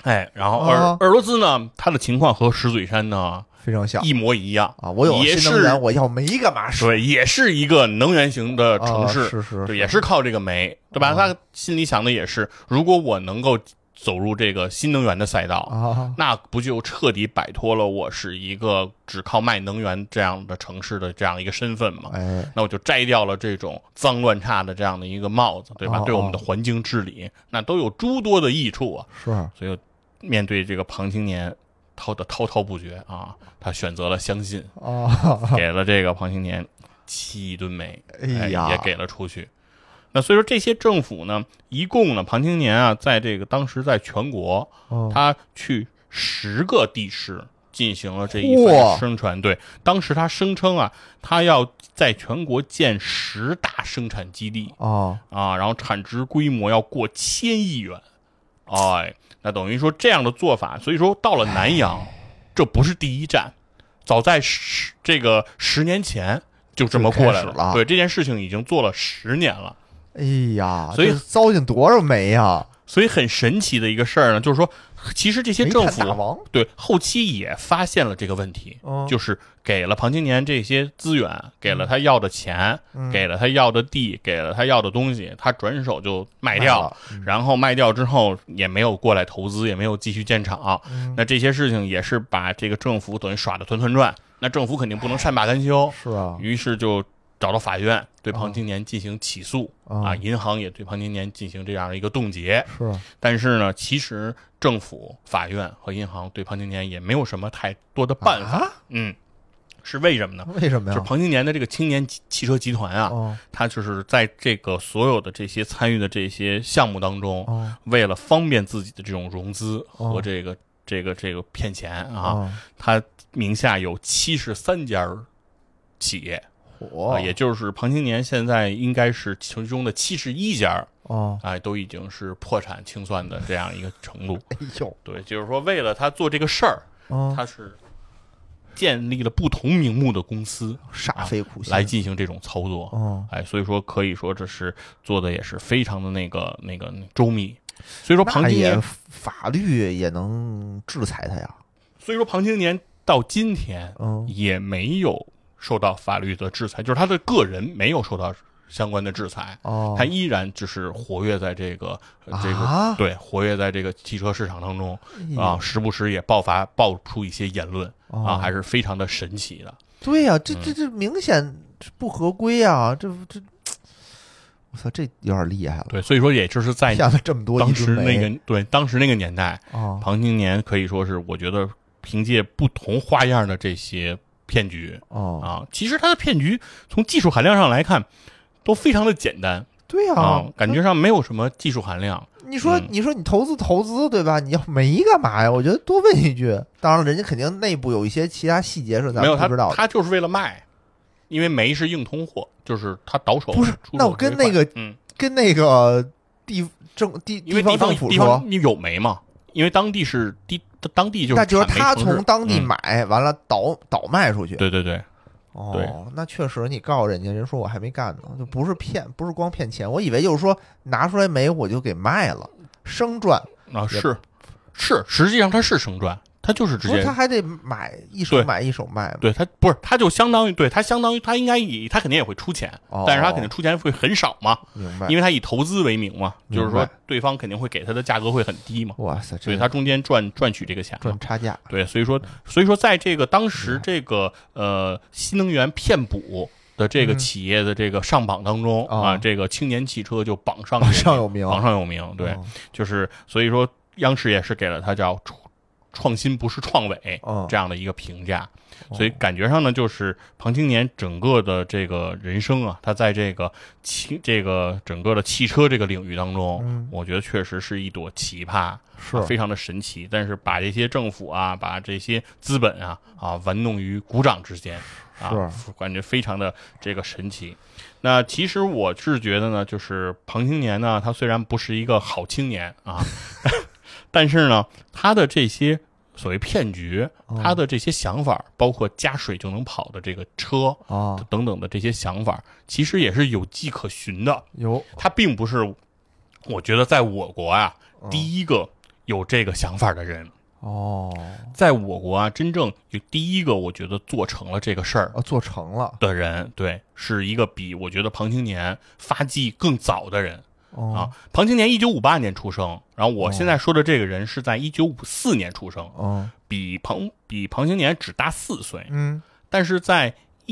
然后俄罗斯呢，它的情况和石嘴山呢非常像， 一模一样啊！我有新能源，我要煤干嘛使？ 对，也是一个能源型的城市， 是， 也是靠这个煤，对吧？他心里想的也是，如果我能够走入这个新能源的赛道，那不就彻底摆脱了我是一个只靠卖能源这样的城市的这样一个身份吗？那我就摘掉了这种脏乱差的这样的一个帽子，对吧？对我们的环境治理，那都有诸多的益处啊。 是， 所以面对这个庞青年滔滔不绝啊，他选择了相信，给了这个庞青年7亿吨煤，也给了出去。那所以说这些政府呢，一共呢，庞青年啊，在这个当时在全国，他去10个地市进行了这一份宣传。对，当时他声称啊，他要在全国建10大生产基地然后产值规模要过1000亿元。那等于说这样的做法，所以说到了南阳，这不是第一站，早在这个10年前就这么过来了。对，这件事情已经做了10年了。 哎呀， 所以糟践多少煤呀！ 所以很神奇的一个事儿呢，就是说，其实这些政府对后期也发现了这个问题，就是给了庞青年这些资源，给了他要的钱，给了他要的地，给了他要的东西，他转手就卖掉，然后卖掉之后也没有过来投资，也没有继续建厂。那这些事情也是把这个政府等于耍得团团转。那政府肯定不能善罢甘休， 是啊， 于是就找到法院对庞青年进行起诉银行也对庞青年进行这样的一个冻结。 是， 但是呢，其实政府、法院和银行对庞青年也没有什么太多的办法。是为什么呢？ 为什么呀？ 就是庞青年的这个青年汽车集团啊，他就是在这个所有的这些参与的这些项目当中，为了方便自己的这种融资和这个骗钱他名下有73家企业。也就是庞青年现在应该是其中的71家都已经是破产清算的这样一个程度。对，就是说为了他做这个事儿，他是建立了不同名目的公司， 煞费苦心来进行这种操作。所以说可以说这是做的也是非常的那个周密。所以说庞青年法律也能制裁他呀。 所以说庞青年到今天也没有受到法律的制裁，就是他的个人没有受到相关的制裁，他依然只是活跃在这个对，活跃在这个汽车市场当中时不时也爆出一些言论还是非常的神奇的。 对呀，这明显不合规啊！这，我操，这有点厉害了。 对，所以说也就是在这么多当时那个年代，庞青年可以说是我觉得凭借不同花样的这些骗局其实它的骗局从技术含量上来看都非常的简单。 对啊， 感觉上没有什么技术含量。 你说你投资对吧？你要煤干嘛呀？我觉得多问一句。当然了，人家肯定内部有一些其他细节是咱们不知道的。 他就是为了卖，因为煤是硬通货，就是他倒手不是。那我跟那个地方政府说， 你有煤吗？因为当地就是那就是他从当地买完了倒卖出去。 对对对。 那确实，你告诉人家，人说我还没干呢，就不是光骗钱。我以为就是说拿出来煤我就给卖了，生赚是，实际上它是生赚，它就是直接， 他还得一手买一手卖嘛。 对，他不是，他就相当于他应该他肯定也会出钱，但是他肯定出钱会很少嘛， 明白？ 因为他以投资为名嘛，就是说对方肯定会给他的价格会很低嘛。 哇塞， 所以他中间赚取这个钱， 赚差价。 对，所以说在这个当时这个新能源骗捕的这个企业的这个上榜当中这个青年汽车就榜上有名。对，就是所以说央视也是给了他叫创新不是创伟这样的一个评价。所以感觉上呢，就是庞青年整个的这个人生他在这个整个的汽车这个领域当中，我觉得确实是一朵奇葩，非常的神奇。但是把这些政府把这些资本玩弄于股掌之间感觉非常的这个神奇。那其实我是觉得呢，就是庞青年呢，他虽然不是一个好青年但是呢，他的这些所谓骗局，他的这些想法，包括加水就能跑的这个车等等的这些想法，其实也是有迹可循的。他并不是，我觉得在我国第一个有这个想法的人。在我国啊，真正就第一个我觉得做成了这个事儿做成了的人，对，是一个比我觉得庞青年发迹更早的人。庞青年1958年出生，然后我现在说的这个人是在1954年出生，比庞青年只大4岁。但是在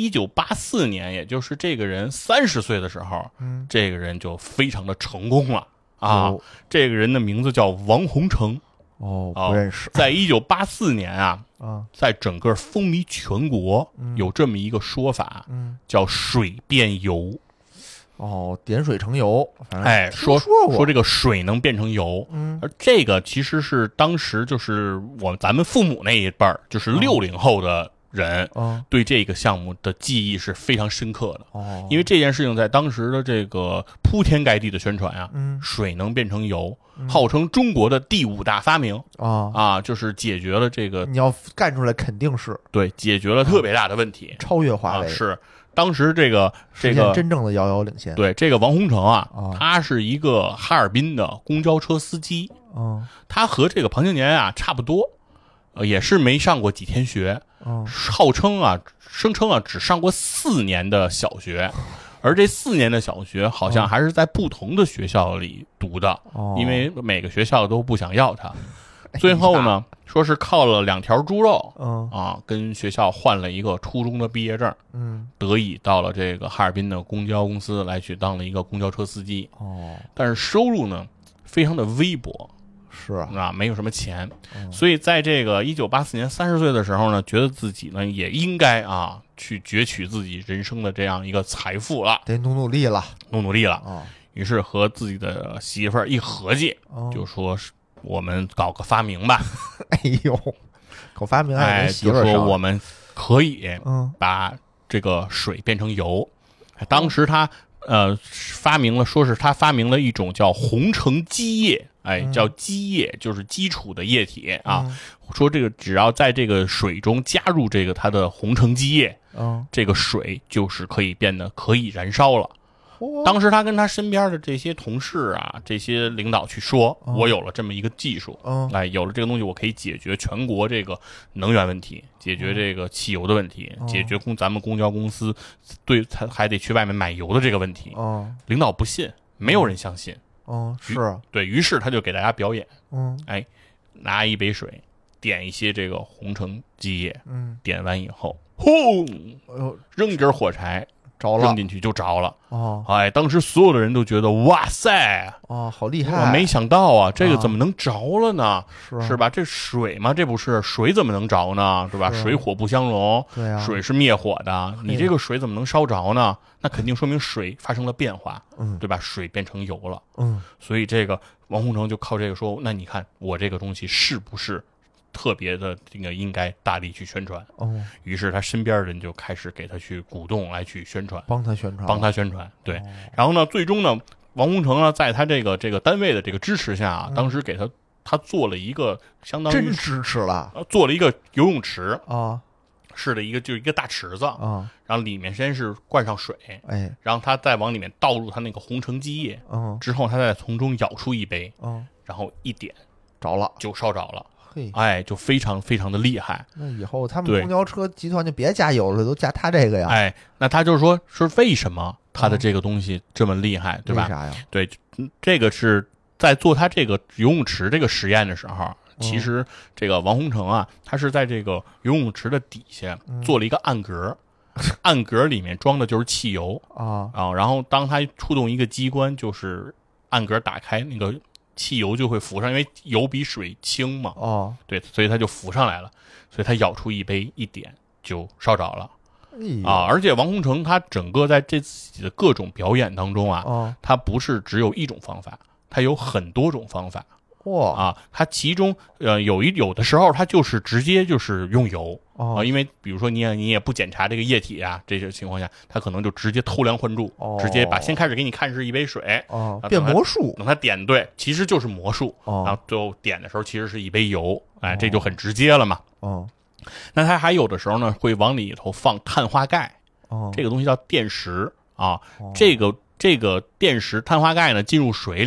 1984年，也就是这个人30岁的时候，这个人就非常的成功了这个人的名字叫王洪成。 不认识。 在1984年在整个风靡全国，有这么一个说法，叫水变油。 点水成油。 说这个水能变成油。而这个其实是当时就是咱们父母那一辈儿，就是60后的人，对这个项目的记忆是非常深刻的。因为这件事情在当时的这个铺天盖地的宣传水能变成油，号称中国的第5大发明就是解决了这个， 你要干出来肯定是对，解决了特别大的问题， 超越华为。 是当时这个真正的遥遥领先。 对，这个王洪成他是一个哈尔滨的公交车司机。他和这个庞青年差不多，也是没上过几天学。号称声称只上过4年的小学，而这4年的小学好像还是在不同的学校里读的，因为每个学校都不想要他。最后呢，说是靠了2条猪肉，跟学校换了一个初中的毕业证，得以到了这个哈尔滨的公交公司来去当了一个公交车司机。但是收入呢非常的微薄。没有什么钱，所以在这个1984年30岁的时候呢，觉得自己呢也应该去攫取自己人生的这样一个财富了， 得努力了。 于是和自己的媳妇儿一合计，就说我们搞个发明吧。 搞发明就说我们可以把这个水变成油。当时他发明了一种叫红橙基液。叫基液，就是基础的液体说这个只要在这个水中加入这个它的红橙基液，这个水就是可以变得可以燃烧了。当时他跟他身边的这些同事这些领导去说，我有了这么一个技术，有了这个东西，我可以解决全国这个能源问题，解决这个汽油的问题，解决咱们公交公司对还得去外面买油的这个问题。领导不信，没有人相信。对，于是他就给大家表演，拿一杯水，点一些这个红橙基液，点完以后，轰，扔一根火柴， 着了， 扔进去就着了。当时所有的人都觉得哇塞， 好厉害！ 我没想到这个怎么能着了呢？是吧？这水嘛，这不是水怎么能着呢？是吧？水火不相容，水是灭火的，你这个水怎么能烧着呢？那肯定说明水发生了变化，对吧？水变成油了，所以这个王洪成就靠这个说，那你看我这个东西是不是特别的这个应该大力去宣传？于是他身边的人就开始给他去鼓动来去宣传， 帮他宣传。 对，然后呢，最终呢，王洪成呢，在他这个单位的这个支持下当时给他做了一个相当于真支持了， 做了一个游泳池是的就是一个大池子然后里面先是灌上水，然后他再往里面倒入他那个红橙基液，之后他再从中舀出一杯，然后一点着了， 就烧着了。就非常非常的厉害。 那以后他们公交车集团就别加油了，都加他这个呀。 那他就是说是为什么他的这个东西这么厉害，对吧？ 为啥呀？ 对，这个是在做他这个游泳池这个实验的时候，其实这个王洪成他是在这个游泳池的底下做了一个暗格，暗格里面装的就是汽油然后当他触动一个机关，就是暗格打开，那个汽油就会浮上，因为油比水轻嘛。对，所以它就浮上来了，所以他舀出一杯一点就烧着了。而且王洪成他整个在这自己的各种表演当中他不是只有一种方法，他有很多种方法。他其中有的时候他就是直接就是用油因为比如说你也不检查这个液体这些情况下，他可能就直接偷梁换柱，直接先开始给你看是一杯水变魔术， 等他点对，其实就是魔术然后最后点的时候其实是一杯油，这就很直接了嘛。那他还有的时候呢会往里头放碳化钙，这个东西叫电石这个电石碳化钙呢进入水里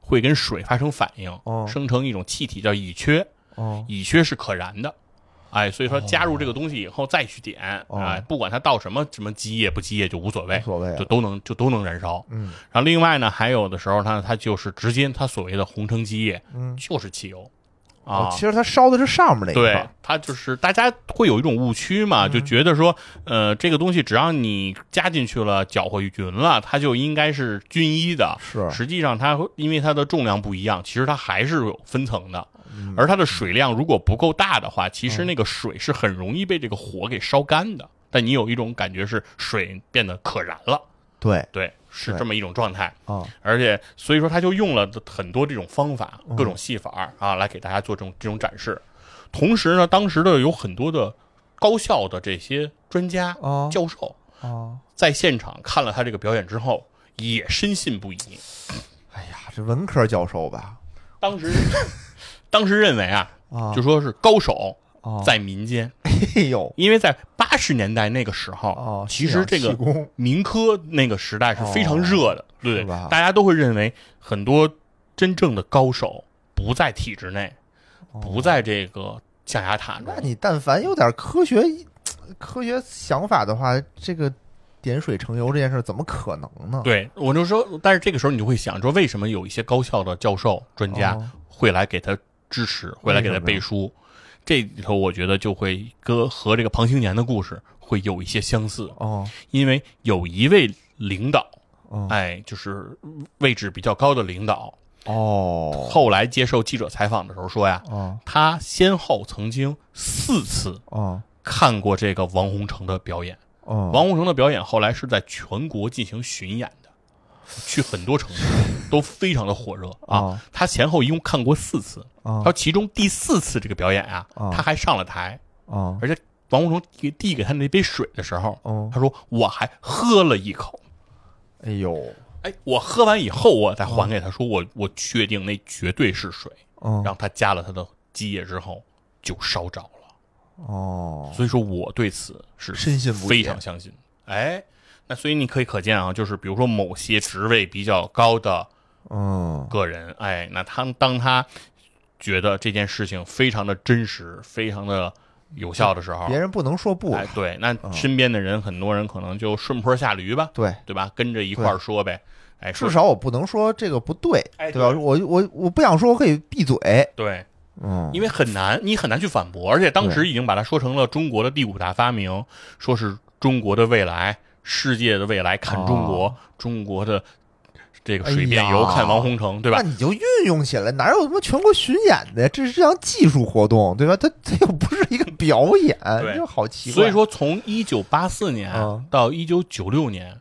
会跟水发生反应，生成一种气体叫乙炔，乙炔是可燃的。所以说加入这个东西以后再去点，不管它到什么机液不机液就无所谓，就都能燃烧。然后另外呢，还有的时候它就是直接它所谓的红橙基液，就是汽油。 其实它烧的是上面那一块， 对，它就是大家会有一种误区嘛，就觉得说，这个东西只要你加进去了，搅和匀了，它就应该是均一的。 是， 实际上因为它的重量不一样，其实它还是有分层的。而它的水量如果不够大的话，其实那个水是很容易被这个火给烧干的。但你有一种感觉是水变得可燃了。对，是这么一种状态而且所以说他就用了很多这种方法，各种戏法来给大家做这种展示。同时呢，当时的有很多的高校的这些专家教授在现场看了他这个表演之后也深信不疑。 哎呀，这文科教授吧， 当时认为就说是高手在民间。因为在80年代那个时候，其实这个民科那个时代是非常热的，对吧？大家都会认为很多真正的高手不在体制内，不在这个象牙塔中。 那你但凡有点科学想法的话，这个点水成油这件事怎么可能呢？ 对，我就说，但是这个时候你就会想说，为什么有一些高校的教授专家会来给他支持，会来给他背书？这里头我觉得就会和这个庞青年的故事会有一些相似因为有一位领导就是位置比较高的领导后来接受记者采访的时候说呀他先后曾经4次看过这个王洪成的表演王洪成的表演后来是在全国进行巡演的，去很多城市都非常的火热他前后一共看过4次他其中第4次这个表演他还上了台而且王洪成递给他那杯水的时候他说我还喝了一口。 哎呦， 我喝完以后我再还给他说我确定那绝对是水然后他加了他的基液之后就烧着了所以说我对此是深信不疑， 非常相信。那所以你可以可见就是比如说某些职位比较高的个人那当他觉得这件事情非常的真实非常的有效的时候， 别人不能说不对，那身边的人很多人可能就顺坡下驴吧，对吧，跟着一块说呗至少我不能说这个不对对吧，我不想说我可以闭嘴， 对因为你很难去反驳，而且当时已经把它说成了中国的第5大发明，说是中国的未来，世界的未来看中国中国的这个水变油看王洪成对吧， 那你就运用起来，哪有什么全国巡演的，这是项技术活动对吧，它又不是一个表演这好奇怪。 所以说从1984年到1996年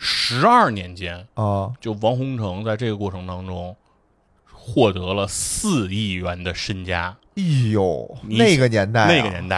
12年间就王洪成在这个过程当中获得了4亿元的身家。 哎呦，那个年代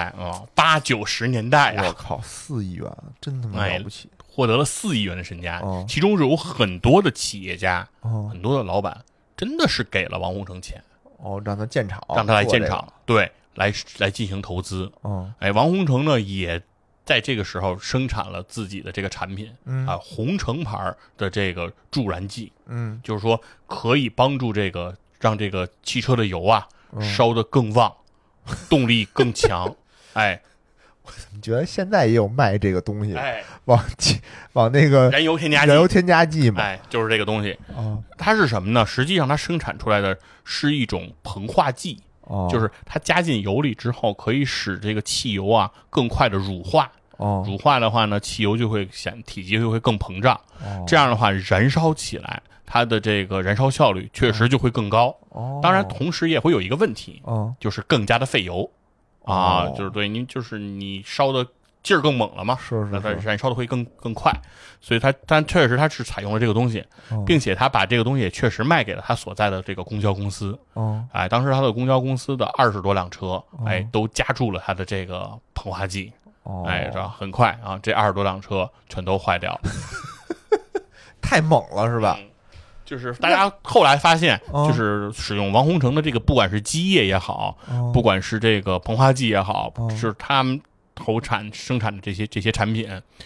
80、90年代我靠，4亿元真他妈了不起， 获得了4亿元的身家其中是有很多的企业家很多的老板真的是给了王洪成钱让他建厂， 让他来建厂对，来进行投资王洪成呢也在这个时候生产了自己的这个产品红城牌的这个助燃剂就是说可以帮助这个让这个汽车的油烧得更旺动力更强我怎么觉得现在也有卖这个东西往那个燃油添加剂嘛就是这个东西它是什么呢，实际上它生产出来的是一种膨化剂就是它加进油里之后可以使这个汽油更快的乳化乳化的话呢汽油就会体积就会更膨胀这样的话燃烧起来它的这个燃烧效率确实就会更高当然同时也会有一个问题就是更加的费油就是对您就是你烧的劲儿更猛了嘛那它燃烧的会更快所以但确实它是采用了这个东西并且他把这个东西也确实卖给了他所在的这个公交公司当时他的公交公司的20多辆车都加注了他的这个膨化剂很快这20多辆车全都坏掉了太猛了是吧就是大家后来发现就是使用王洪成的这个不管是基液也好不管是这个膨化剂也好是他们生产的这些产品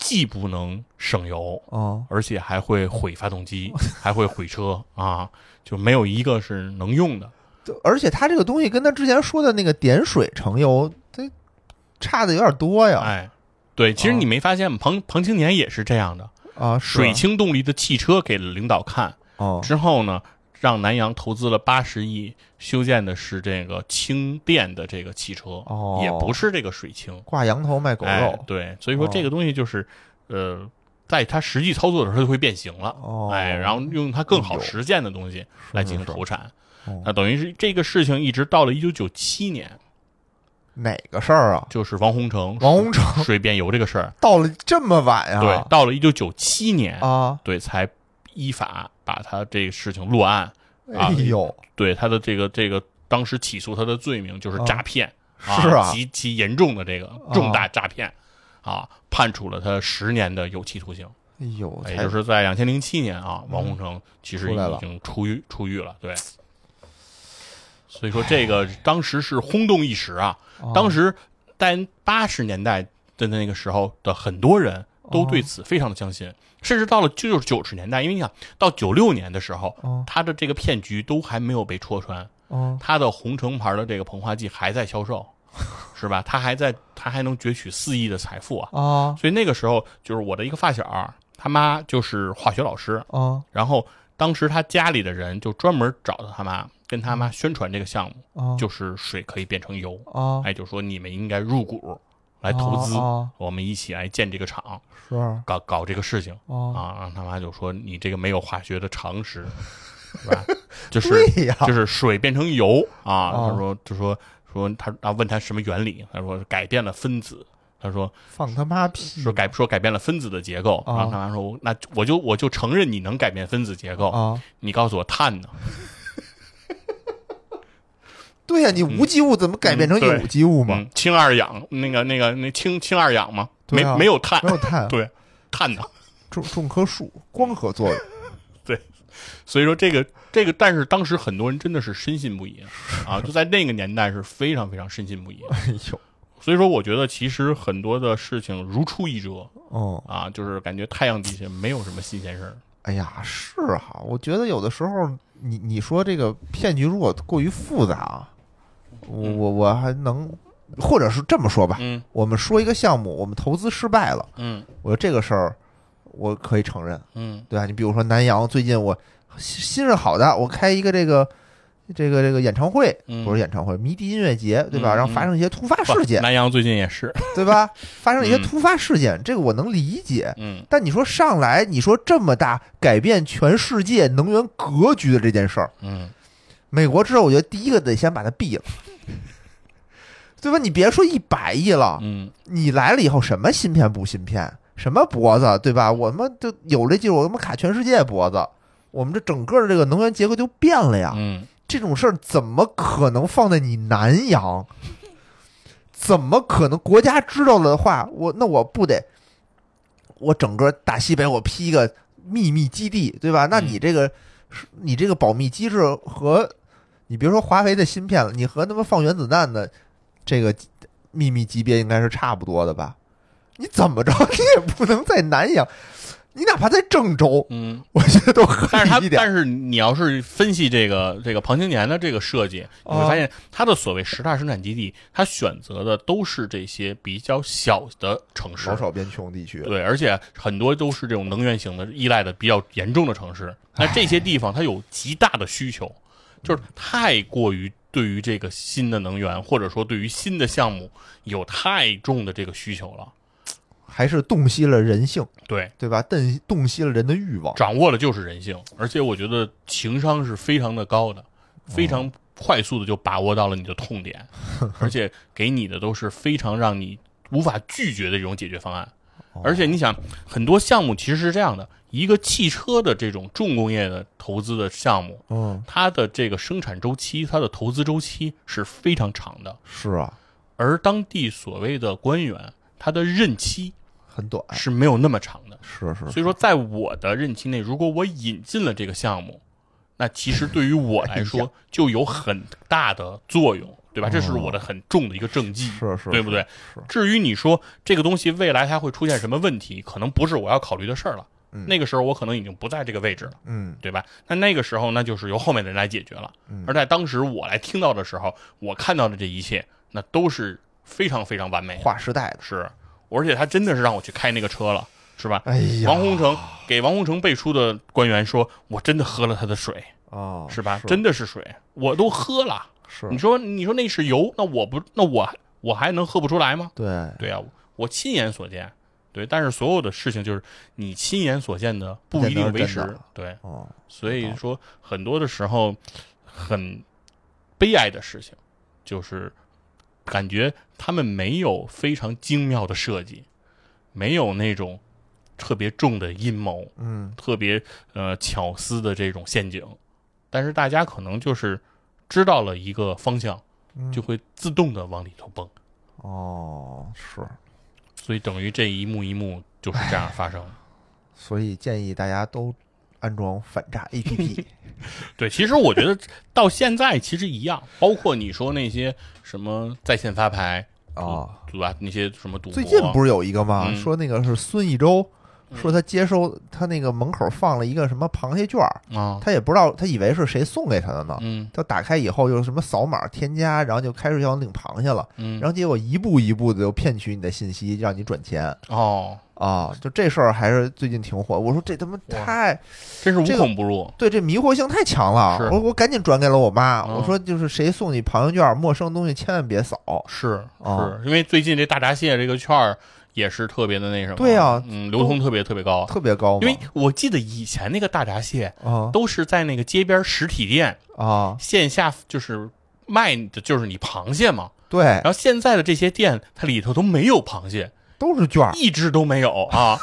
既不能省油而且还会毁发动机，还会毁车啊，就没有一个是能用的。 而且它这个东西跟他之前说的那个点水成油，它差的有点多呀。 哎，对，其实你没发现吗？庞青年也是这样的啊， 水氢动力的汽车给了领导看之后呢，让南阳投资了80亿修建的是这个氢电的这个汽车，也不是这个水氢， 挂羊头卖狗肉。 对，所以说这个东西就是在它实际操作的时候就会变形了，然后用它更好实现的东西来进行投产。那等于是这个事情一直到了1997年。 哪个事儿啊？ 就是王洪成水变油这个事儿， 到了这么晚呀？ 对，到了1997年啊， 对，才依法把他这个事情落案。 哎呦， 对他的这个当时起诉他的罪名就是诈骗， 是啊， 极其严重的这个重大诈骗判处了他10年的有期徒刑。 哎呦， 也就是在2007年王洪成其实已经出狱了。对。所以说这个当时是轰动一时啊！当时在80年代的那个时候的很多人都对此非常的相信，甚至到了就是90年代，因为你想到96年的时候，他的这个骗局都还没有被戳穿，他的红城牌的这个膨化剂还在销售，是吧？他还能攫取4亿的财富啊！所以那个时候就是我的一个发小，他妈就是化学老师然后当时他家里的人就专门找到他妈。跟他妈宣传这个项目，就是水可以变成油就说你们应该入股来投资，我们一起来建这个厂， 是搞这个事情让他妈就说你这个没有化学的常识，是吧？就是水变成油他说他问他什么原理，他说改变了分子。他说放他妈屁！ 说改变了分子的结构，然后他妈说那我就承认你能改变分子结构你告诉我碳呢？ 对呀，你无机物怎么改变成有机物嘛？ 氢二氧，那氢二氧嘛，没有碳，对，碳呢？ 种棵树，光合作用。 对，所以说这个，但是当时很多人真的是深信不疑就在那个年代是非常非常深信不疑。 哎呦， 所以说我觉得其实很多的事情如出一辙就是感觉太阳底下没有什么新鲜事儿。 哎呀，是我觉得有的时候你说这个骗局如果过于复杂我还能，或者是这么说吧，我们说一个项目，我们投资失败了，我说这个事儿我可以承认，对吧？你比如说南阳最近我新任好的，我开一个这个演唱会，不是演唱会，迷笛音乐节，对吧？然后发生一些突发事件， 南阳最近也是， 对吧？发生一些突发事件，这个我能理解，但你说上来，你说这么大改变全世界能源格局的这件事儿，美国之后，我觉得第一个得先把它毙了。对吧？你别说100亿了，你来了以后什么芯片不芯片，什么脖子，对吧？我们就有这技术，我们卡全世界脖子，我们这整个的这个能源结构就变了呀。这种事儿怎么可能放在你南阳？怎么可能？国家知道了的话，我不得，我整个大西北我批一个秘密基地，对吧？那你这个保密机制和你别说华为的芯片了，你和他们放原子弹的。这个秘密级别应该是差不多的吧？你怎么着你也不能在南阳，你哪怕在郑州，我觉得都合理一点。 但是你要是分析这个庞青年的这个设计，你会发现他的所谓10大生产基地，他选择的都是这些比较小的城市， 老少边穷地区。 对，而且很多都是这种能源型的依赖的比较严重的城市。那这些地方它有极大的需求，就是太过于。对于这个新的能源，或者说对于新的项目，有太重的这个需求了， 还是洞悉了人性， 对吧？洞悉了人的欲望， 掌握的就是人性，而且我觉得情商是非常的高的，非常快速的就把握到了你的痛点，而且给你的都是非常让你无法拒绝的这种解决方案。而且你想，很多项目其实是这样的，一个汽车的这种重工业的投资的项目，它的这个生产周期，它的投资周期是非常长的。 是啊， 而当地所谓的官员，他的任期很短， 是没有那么长的。 是。 所以说，在我的任期内，如果我引进了这个项目，那其实对于我来说就有很大的作用。 对吧？这是我的很重的一个政绩，对不对？ 是。 至于你说这个东西未来它会出现什么问题，可能不是我要考虑的事儿了。那个时候我可能已经不在这个位置了，对吧？那个时候那就是由后面的人来解决了。而在当时我来听到的时候，我看到的这一切，那都是非常非常完美的， 划时代的。 是，而且他真的是让我去开那个车了，是吧？ 哎呀， 王洪成给王洪成背书的官员说，我真的喝了他的水，是吧？真的是水，我都喝了。 是， 你说那是油，那我还能喝不出来吗？ 对啊，我亲眼所见。对，但是所有的事情就是你亲眼所见的不一定为实，对，所以说很多的时候很悲哀的事情，就是感觉他们没有非常精妙的设计，没有那种特别重的阴谋，特别巧思的这种陷阱，但是大家可能就是知道了一个方向，就会自动的往里头蹦。 是。 所以等于这一幕一幕就是这样发生， 所以建议大家都安装反诈 APP。 对，其实我觉得到现在其实一样，包括你说那些什么在线发牌对吧？那些什么赌博， 最近不是有一个吗？说那个是孙一舟，说他接收他那个门口放了一个什么螃蟹券他也不知道，他以为是谁送给他的呢。他打开以后就是什么扫码添加，然后就开始要领螃蟹了。然后结果一步一步的就骗取你的信息，让你转钱。就这事儿还是最近挺火。我说这他妈真是无孔不入。 对，这迷惑性太强了。我赶紧转给了我妈。我说就是谁送你螃蟹券，陌生东西千万别扫。 是因为最近这大闸蟹这个券也是特别的那什么， 对呀， 流通特别高， 特别高。 因为我记得以前那个大闸蟹都是在那个街边实体店线下就是卖的就是你螃蟹嘛。 对。 然后现在的这些店，它里头都没有螃蟹， 都是券， 一只都没有啊。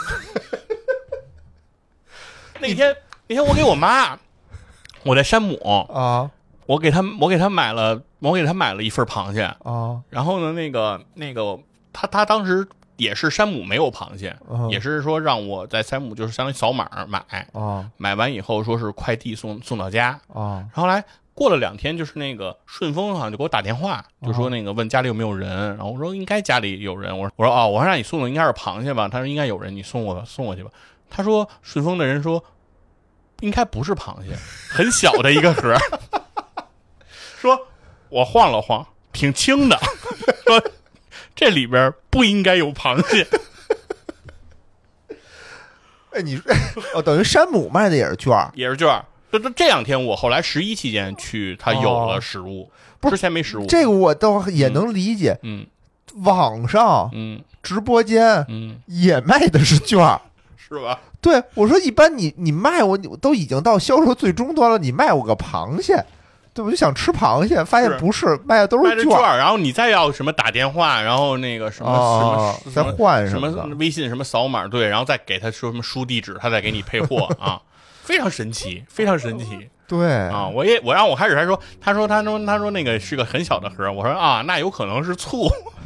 那天我给我妈，我在山姆我给她买了一份螃蟹然后呢，那个他当时也是山姆没有螃蟹，也是说让我在山姆就是相当于扫码买完以后说是快递送到家然后来过了2天，就是那个顺丰好像就给我打电话，就说那个问家里有没有人，然后我说应该家里有人，我说我说让你送的应该是螃蟹吧，他说应该有人，你送过去吧。他说顺丰的人说应该不是螃蟹，很小的一个盒，说我晃了晃，挺轻的，说这里边不应该有螃蟹。 你等于山姆卖的也是券， 这2天我后来11期间去，他有了实物，之前没实物。 这个我倒也能理解。网上直播间也卖的是券， 是吧？ 对，我说一般你卖我都已经到销售最终端了，你卖我个螃蟹，对，我就想吃螃蟹，发现不是，卖的都是券。 然后你再要什么打电话，然后那个什么再换什么微信什么扫码，对，然后再给他说什么输地址，他再给你配货啊。非常神奇，非常神奇。 对啊，我开始还说，他说那个是个很小的盒，我说那有可能是醋。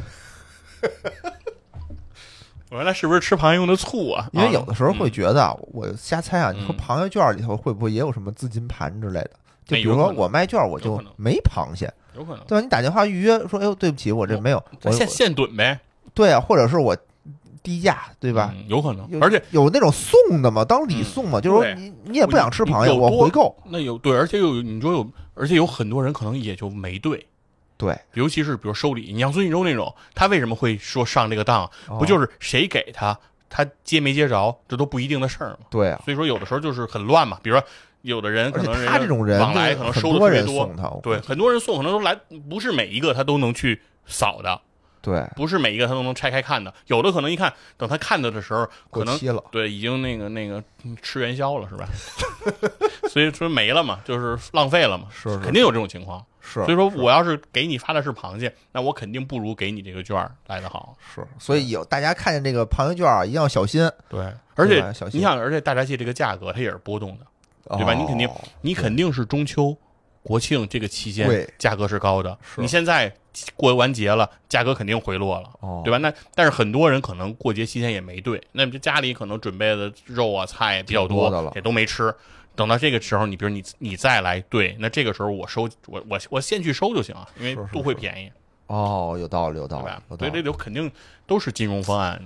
我说那是不是吃螃蟹用的醋啊？ 因为有的时候会觉得，我瞎猜你说螃蟹券里头会不会也有什么资金盘之类的？就比如说我卖券，我就没螃蟹， 有可能。 对吧？你打电话预约说，哎呦，对不起，我这没有， 现炖呗。 对啊，或者是我。低价对吧？ 有可能，而且有那种送的嘛，当礼送嘛，就是说你也不想吃螃蟹，我回购。 那对，而且你说而且有很多人可能也就没对，尤其是比如收礼，你像孙艺洲那种，他为什么会说上这个当？不就是谁给他接没接着，这都不一定的事儿嘛。 对啊， 所以说有的时候就是很乱嘛。比如说有的人可能他这种人往来可能收的特别多， 对， 很多人送可能都来，不是每一个他都能去扫的。 对， 不是每一个他都能拆开看的，有的可能一看，等他看到的时候，可能对已经那个吃元宵了，是吧？所以说没了嘛，就是浪费了嘛， 是肯定有这种情况。 是， 所以说我要是给你发的是螃蟹，那我肯定不如给你这个券来的好。 是，所以大家看见这个螃蟹券一定要小心。 对，而且你想，而且大闸蟹这个价格它也是波动的，对吧？你肯定是中秋国庆这个期间价格是高的，你现在过完节了，价格肯定回落了，对吧？但是很多人可能过节期间也没兑，那么家里可能准备的肉啊菜比较多，也都没吃。等到这个时候，你比如你再来兑，那这个时候我先去收就行啊，因为都会便宜。 有道理，对吧？对，这肯定都是金融方案。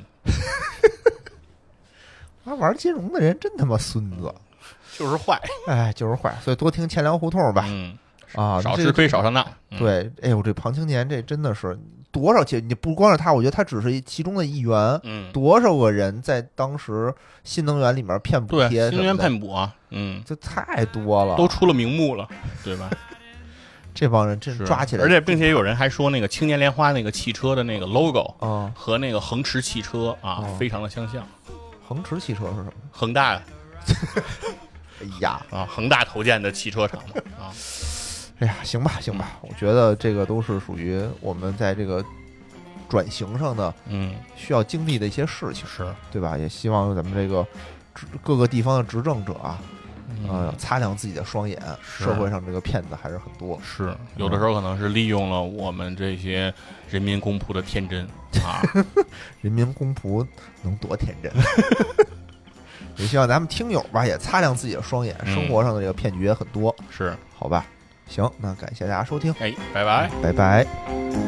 玩金融的人真他妈孙子， 就是坏， 就是坏。所以多听钱粮胡同吧， 少吃亏少上当。 对，哎呦，这庞青年这真的是多少钱？你不光是他，我觉得他只是其中的一员。多少个人在当时新能源里面骗补贴？ 对，新能源骗补啊， 这太多了， 都出了名目了，对吧？ 这帮人真抓起来， 而且并且有人还说那个青年莲花那个汽车的那个 logo 和那个恒驰汽车非常的相像。 恒驰汽车是什么？ 恒大。 哎呀恒大投建的汽车厂嘛哎呀，行吧，我觉得这个都是属于我们在这个转型上的需要经历的一些事情， 是对吧？也希望咱们这个各个地方的执政者擦亮自己的双眼，社会上这个骗子还是很多， 是有的时候可能是利用了我们这些人民公仆的天真人民公仆能多天真？也希望咱们听友吧也擦亮自己的双眼，生活上的这个骗局也很多， 是好吧？行，那感谢大家收听， 拜拜， 拜拜。